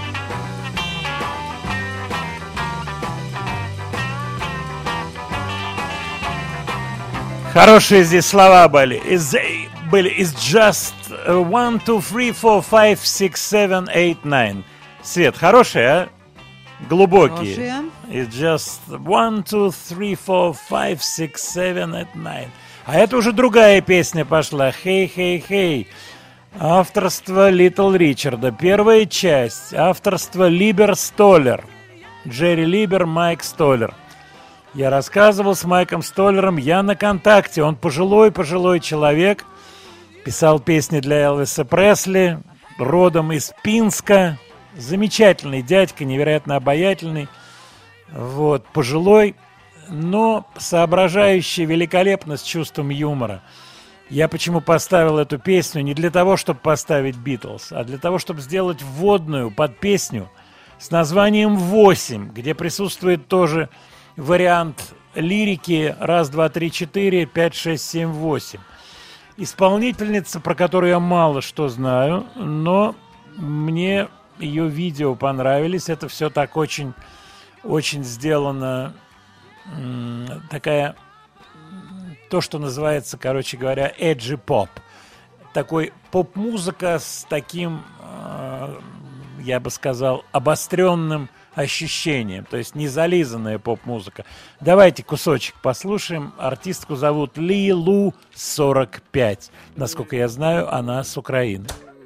Хорошие здесь слова были. It's just 1, 2, 3, 4, 5, 6, 7, 8, 9. Свет, хорошие, а? Глубокие. Хорошие. It's just 1, 2, 3, 4, 5, 6, 7, 8, 9. А это уже другая песня пошла. Hey, hey, hey. Авторство Литл Ричарда. Первая часть. Авторство Либер Столлер. Джерри Либер, Майк Столлер. Я рассказывал с Майком Столлером, я на контакте. Он пожилой человек. Писал песни для Элвиса Пресли. Родом из Пинска. Замечательный дядька, невероятно обаятельный. Вот, пожилой, но соображающий великолепно, с чувством юмора. Я почему поставил эту песню? Не для того, чтобы поставить Битлз, а для того, чтобы сделать вводную под песню с названием «8», где присутствует тоже вариант лирики «Раз, два, три, четыре, 5, 6, 7, 8». Исполнительница, про которую я мало что знаю, но мне ее видео понравились. Это все так очень, очень сделано, такая, то, что называется, короче говоря, edgy pop. Такой поп-музыка с таким, я бы сказал, обостренным ощущением. То есть не зализанная поп-музыка. Давайте кусочек послушаем. Артистку зовут Лилу 45. Насколько я знаю, она с Украины.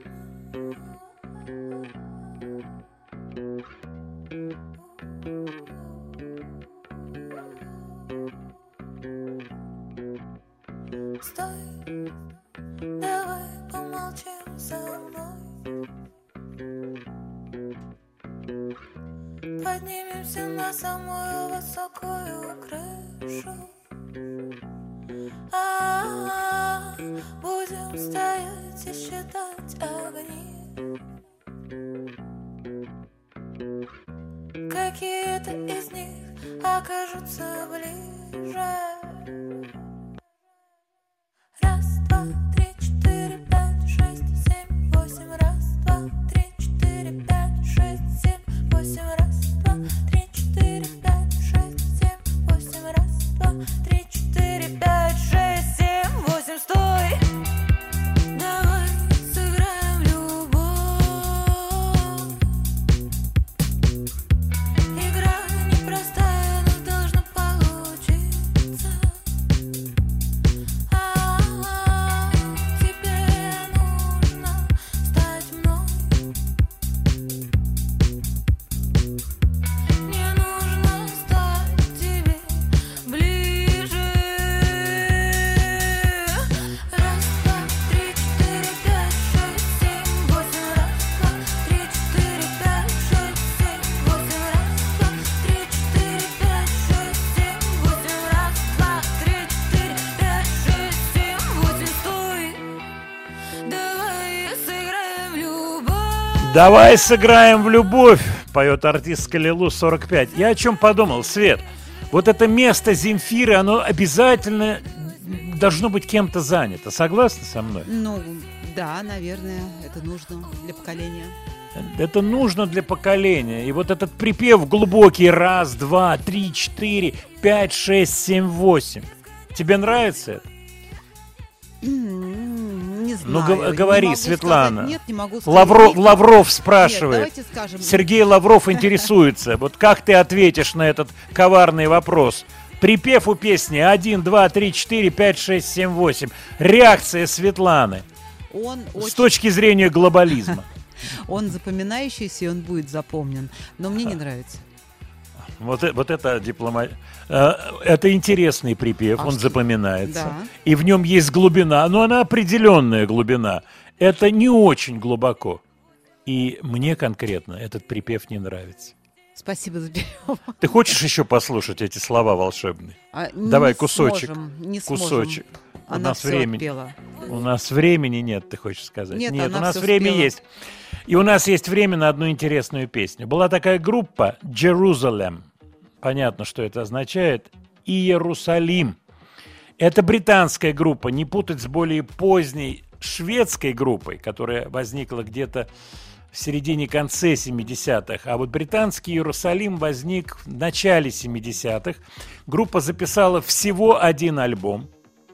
Стой, давай помолчим со мной. Поднимемся на самую высокую крышу. Будем стоять и считать огни. Какие-то из них окажутся ближе. Раз, два, три, четыре, пять, шесть, семь, восемь. Раз, два, три, четыре, пять, шесть, семь, восемь. Раз, два, три, четыре, пять, шесть, семь, восемь. Раз, два, три, четыре, пять, шесть, семь, восемь. Стой! Давай сыграем любовь. Игра непростая, но должна получиться. Давай сыграем в любовь, поет артистка Лилу 45. Я о чем подумал, Свет? Вот это место Земфиры, оно обязательно должно быть кем-то занято. Согласна со мной? Ну, да, наверное, это нужно для поколения. Это нужно для поколения. И вот этот припев глубокий: раз, два, три, четыре, 5, 6, 7, 8. Тебе нравится это? Не знаю. Ну, говори, не Светлана. Сказать, нет, не могу сказать. Лавров спрашивает. Нет, давайте скажем. Сергей Лавров интересуется. Вот как ты ответишь на этот коварный вопрос? Припев у песни 1, 2, 3, 4, 5, 6, 7, 8. Реакция Светланы Он с очень... точки зрения глобализма. Он запоминающийся, и он будет запомнен. Но мне не нравится. Вот это это интересный припев, он запоминается. Да. И в нем есть глубина, но она определенная глубина. Это не очень глубоко. И мне конкретно этот припев не нравится. Спасибо за перевод. Ты хочешь еще послушать эти слова волшебные? Давай кусочек. Не кусочек. Она У нас всё времени. отпела. У нас времени нет, ты хочешь сказать? Нет, у она нас всё время спела. есть. И у нас есть время на одну интересную песню. Была такая группа Jerusalem. Понятно, что это означает. Иерусалим. Это британская группа, не путать с более поздней шведской группой, которая возникла где-то в середине-конце 70-х. А вот британский Иерусалим возник в начале 70-х. Группа записала всего один альбом.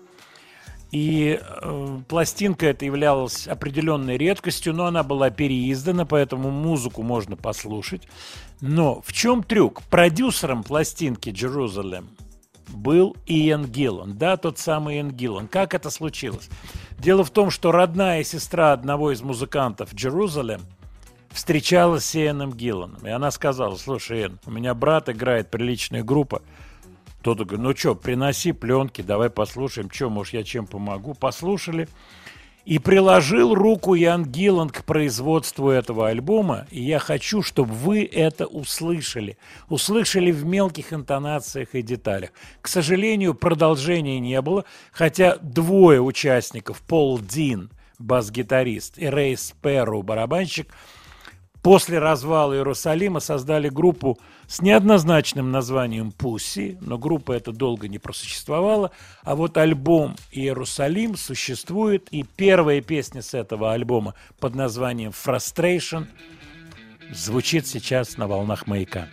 И пластинка эта являлась определенной редкостью, но она была переиздана, поэтому музыку можно послушать. Но в чем трюк? Продюсером пластинки Jerusalem был Иэн Гиллан. Да, тот самый Иэн Гиллан. Как это случилось? Дело в том, что родная сестра одного из музыкантов Jerusalem встречалась с Иэном Гилланом. И она сказала: слушай, Иэн, у меня брат играет, приличная группа. Тот говорит: ну что, приноси пленки, давай послушаем, что, может, я чем помогу. Послушали. И приложил руку Иэн Гиллан к производству этого альбома. И я хочу, чтобы вы это услышали. Услышали в мелких интонациях и деталях. К сожалению, продолжения не было, хотя двое участников, Пол Дин, бас-гитарист, и Рэй Спэрроу, барабанщик, после развала Иерусалима создали группу с неоднозначным названием «Пусси», но группа эта долго не просуществовала. А вот альбом «Иерусалим» существует, и первая песня с этого альбома под названием «Frustration» звучит сейчас на волнах «Маяка».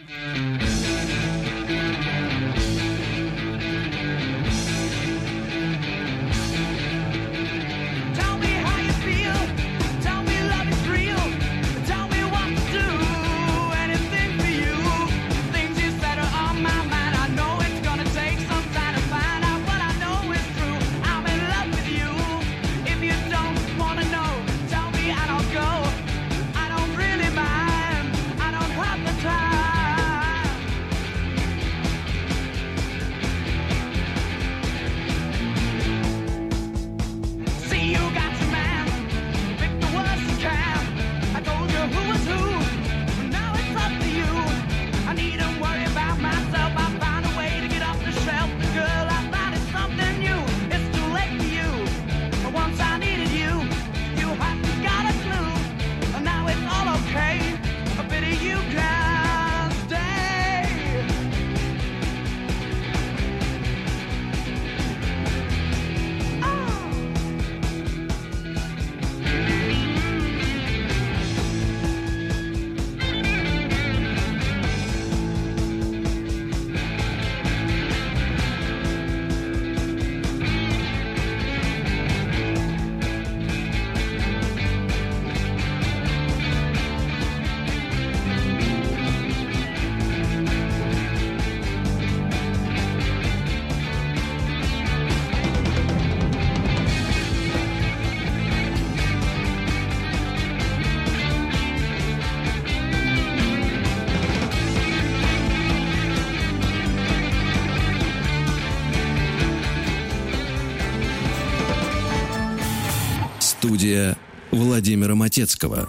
Студия Владимира Матецкого.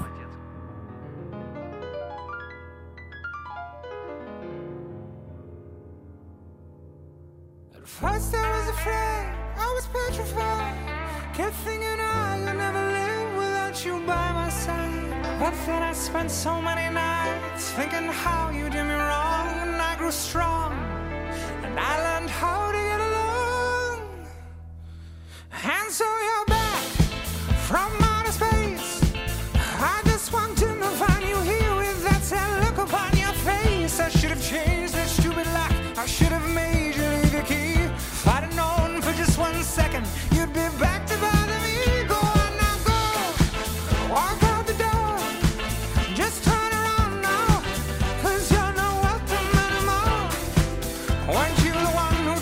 First I was afraid, I was petrified. Kept thinking I could never live without you by my side. But then I spent so many nights thinking how you did me wrong. And I grew strong, and I learned how to get along. And so you're back from outer space. I just want to find you here with that sad look upon your face. I should have changed that stupid lock. I should have made you leave your key. If I'd have known for just 1 second you'd be back to bother me. Go on now, go. Walk out the door. Just turn around now, 'cause you're not welcome anymore. Weren't you the one who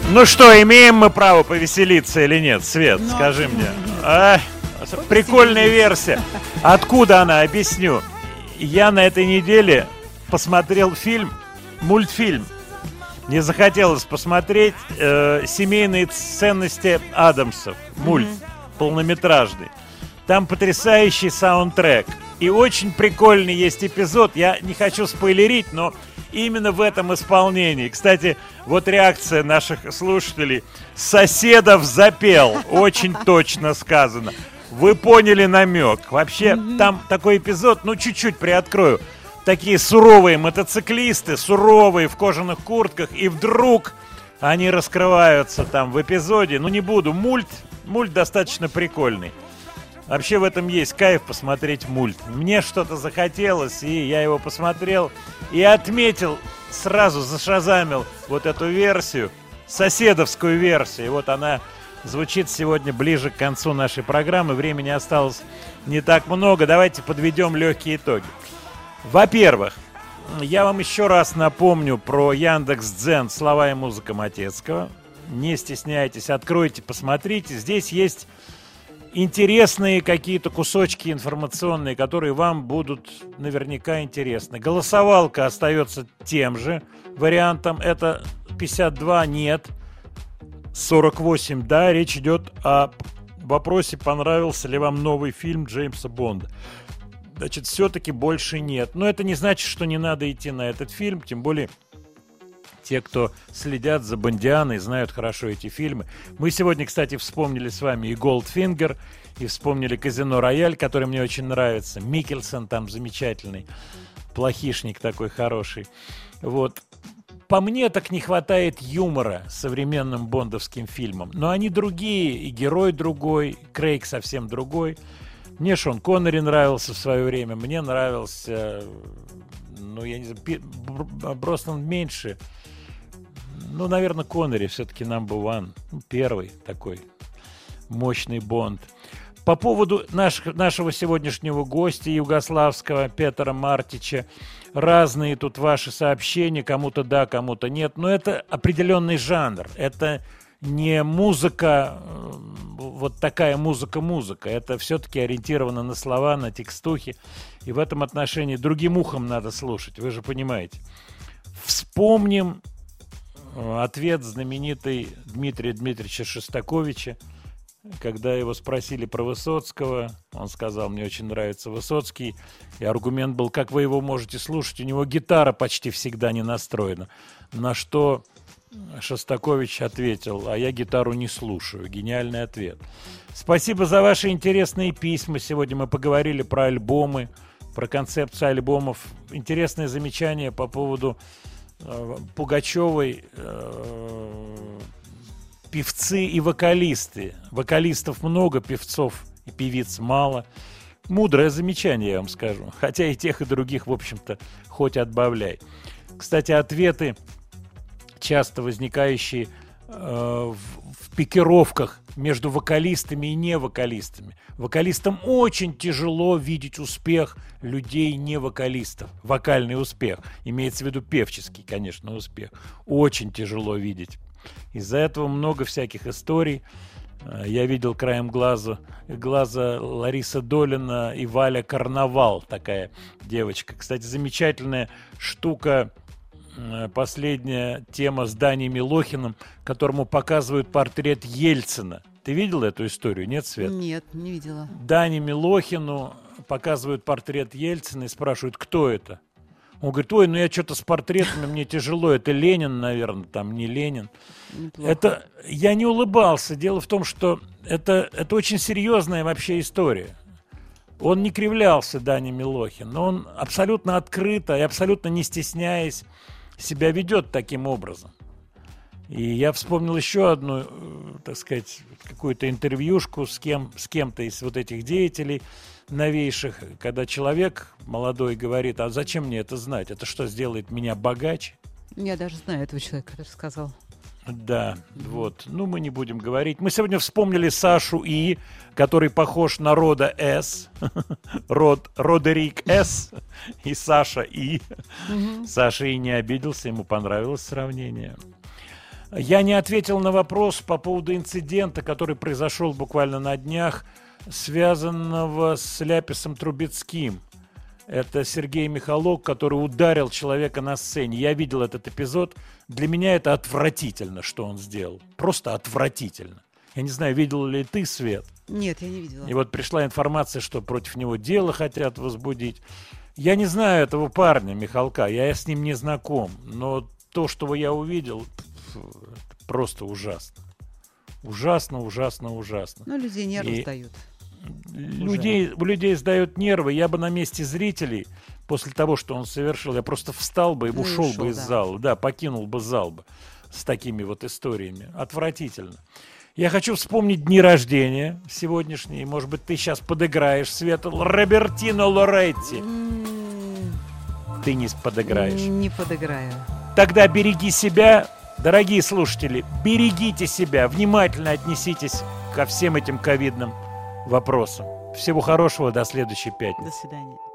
Ну что, имеем мы право повеселиться или нет, Свет? Скажи мне. Прикольная версия. Откуда она? Объясню. Я на этой неделе посмотрел мультфильм. Мне захотелось посмотреть «Семейные ценности Адамсов». Мульт полнометражный. Там потрясающий саундтрек. И очень прикольный есть эпизод. Я не хочу спойлерить, но именно в этом исполнении. Кстати, вот реакция наших слушателей. «Соседов запел». Очень точно сказано. Вы поняли намек. Вообще, там такой эпизод, чуть-чуть приоткрою. Такие суровые мотоциклисты, суровые в кожаных куртках, и вдруг они раскрываются там в эпизоде. Не буду. Мульт достаточно прикольный. Вообще в этом есть кайф посмотреть мульт. Мне что-то захотелось, и я его посмотрел и отметил, сразу зашазамил вот эту версию, соседовскую версию. И вот она звучит сегодня ближе к концу нашей программы. Времени осталось не так много. Давайте подведем легкие итоги. Во-первых, я вам еще раз напомню про Яндекс.Дзен «Слова и музыка» Матецкого. Не стесняйтесь, откройте, посмотрите. Здесь есть интересные какие-то кусочки информационные, которые вам будут наверняка интересны. Голосовалка остается тем же вариантом. Это 52 нет, 48 да. Речь идет о вопросе, понравился ли вам новый фильм Джеймса Бонда. Значит, все-таки больше нет. Но это не значит, что не надо идти на этот фильм, тем более те, кто следят за Бондианой, знают хорошо эти фильмы. Мы сегодня, кстати, вспомнили с вами и «Голдфингер», и вспомнили «Казино Рояль», который мне очень нравится. Миккельсон там замечательный, плохишник такой хороший. Вот. По мне так не хватает юмора современным бондовским фильмам. Но они другие, и герой другой, Крейг совсем другой. Мне Шон Коннери нравился в свое время, мне нравился, я не знаю, Броснан меньше. Наверное, Коннери все-таки number one. Первый такой мощный Бонд. По поводу нашего сегодняшнего гостя югославского Петра Мартича. Разные тут ваши сообщения. Кому-то да, кому-то нет. Но это определенный жанр. Это не музыка, вот такая музыка. Это все-таки ориентировано на слова, на текстухи. И в этом отношении другим ухом надо слушать. Вы же понимаете. Вспомним ответ знаменитый Дмитрия Дмитриевича Шостаковича, когда его спросили про Высоцкого. Он сказал: мне очень нравится Высоцкий. И аргумент был: как вы его можете слушать? У него гитара почти всегда не настроена. На что Шостакович ответил: а я гитару не слушаю. Гениальный ответ. Спасибо за ваши интересные письма. Сегодня мы поговорили про альбомы, про концепцию альбомов. Интересное замечание по поводу Пугачевой. Певцы и вокалисты. Вокалистов много, певцов и певиц мало. Мудрое замечание, я вам скажу. Хотя и тех, и других, в общем-то, хоть отбавляй. Кстати, ответы, часто возникающие в пикировках между вокалистами и невокалистами. Вокалистам очень тяжело видеть успех людей не-вокалистов. Вокальный успех. Имеется в виду певческий, конечно, успех. Очень тяжело видеть. Из-за этого много всяких историй. Я видел краем глаза Лариса Долина и Валя Карнавал, такая девочка. Кстати, замечательная штука, последняя тема с Даней Милохиным, которому показывают портрет Ельцина. Ты видела эту историю? Нет, Свет? Нет, не видела. Дане Милохину показывают портрет Ельцина и спрашивают, кто это? Он говорит: ой, я что-то с портретами, мне тяжело. Это Ленин, наверное, там не Ленин. Это я не улыбался. Дело в том, что это очень серьезная вообще история. Он не кривлялся, Даня Милохин, но он абсолютно открыто и абсолютно не стесняясь себя ведет таким образом. И я вспомнил еще одну, так сказать, какую-то интервьюшку с кем-то из вот этих деятелей новейших, когда человек молодой говорит: а зачем мне это знать? Это что, сделает меня богаче? Я даже знаю этого человека, который сказал. Да, вот. Мы не будем говорить. Мы сегодня вспомнили Сашу И, который похож на Рода С. Родерик С. И Саша И. Саша И не обиделся, ему понравилось сравнение. Я не ответил на вопрос по поводу инцидента, который произошел буквально на днях, связанного с Ляписом Трубецким. Это Сергей Михалок, который ударил человека на сцене. Я видел этот эпизод. Для меня это отвратительно, что он сделал. Просто отвратительно. Я не знаю, видел ли ты, Свет? Нет, я не видела. И вот пришла информация, что против него дело хотят возбудить. Я не знаю этого парня, Михалка, я с ним не знаком. Но то, что я увидел, просто ужасно. Ужасно, ужасно, ужасно. Ну, людей нервы сдают. У людей сдают нервы. Я бы на месте зрителей, после того, что он совершил, я просто встал бы и ушел бы из зала. Да, покинул бы зал бы с такими вот историями. Отвратительно. Я хочу вспомнить дни рождения сегодняшние. Может быть, ты сейчас подыграешь, Света. Робертино Лоретти. Ты не подыграешь. Не подыграю. Тогда береги себя. Дорогие слушатели, берегите себя. Внимательно отнеситесь ко всем этим ковидным вопросам. Всего хорошего. До следующей пятницы. До свидания.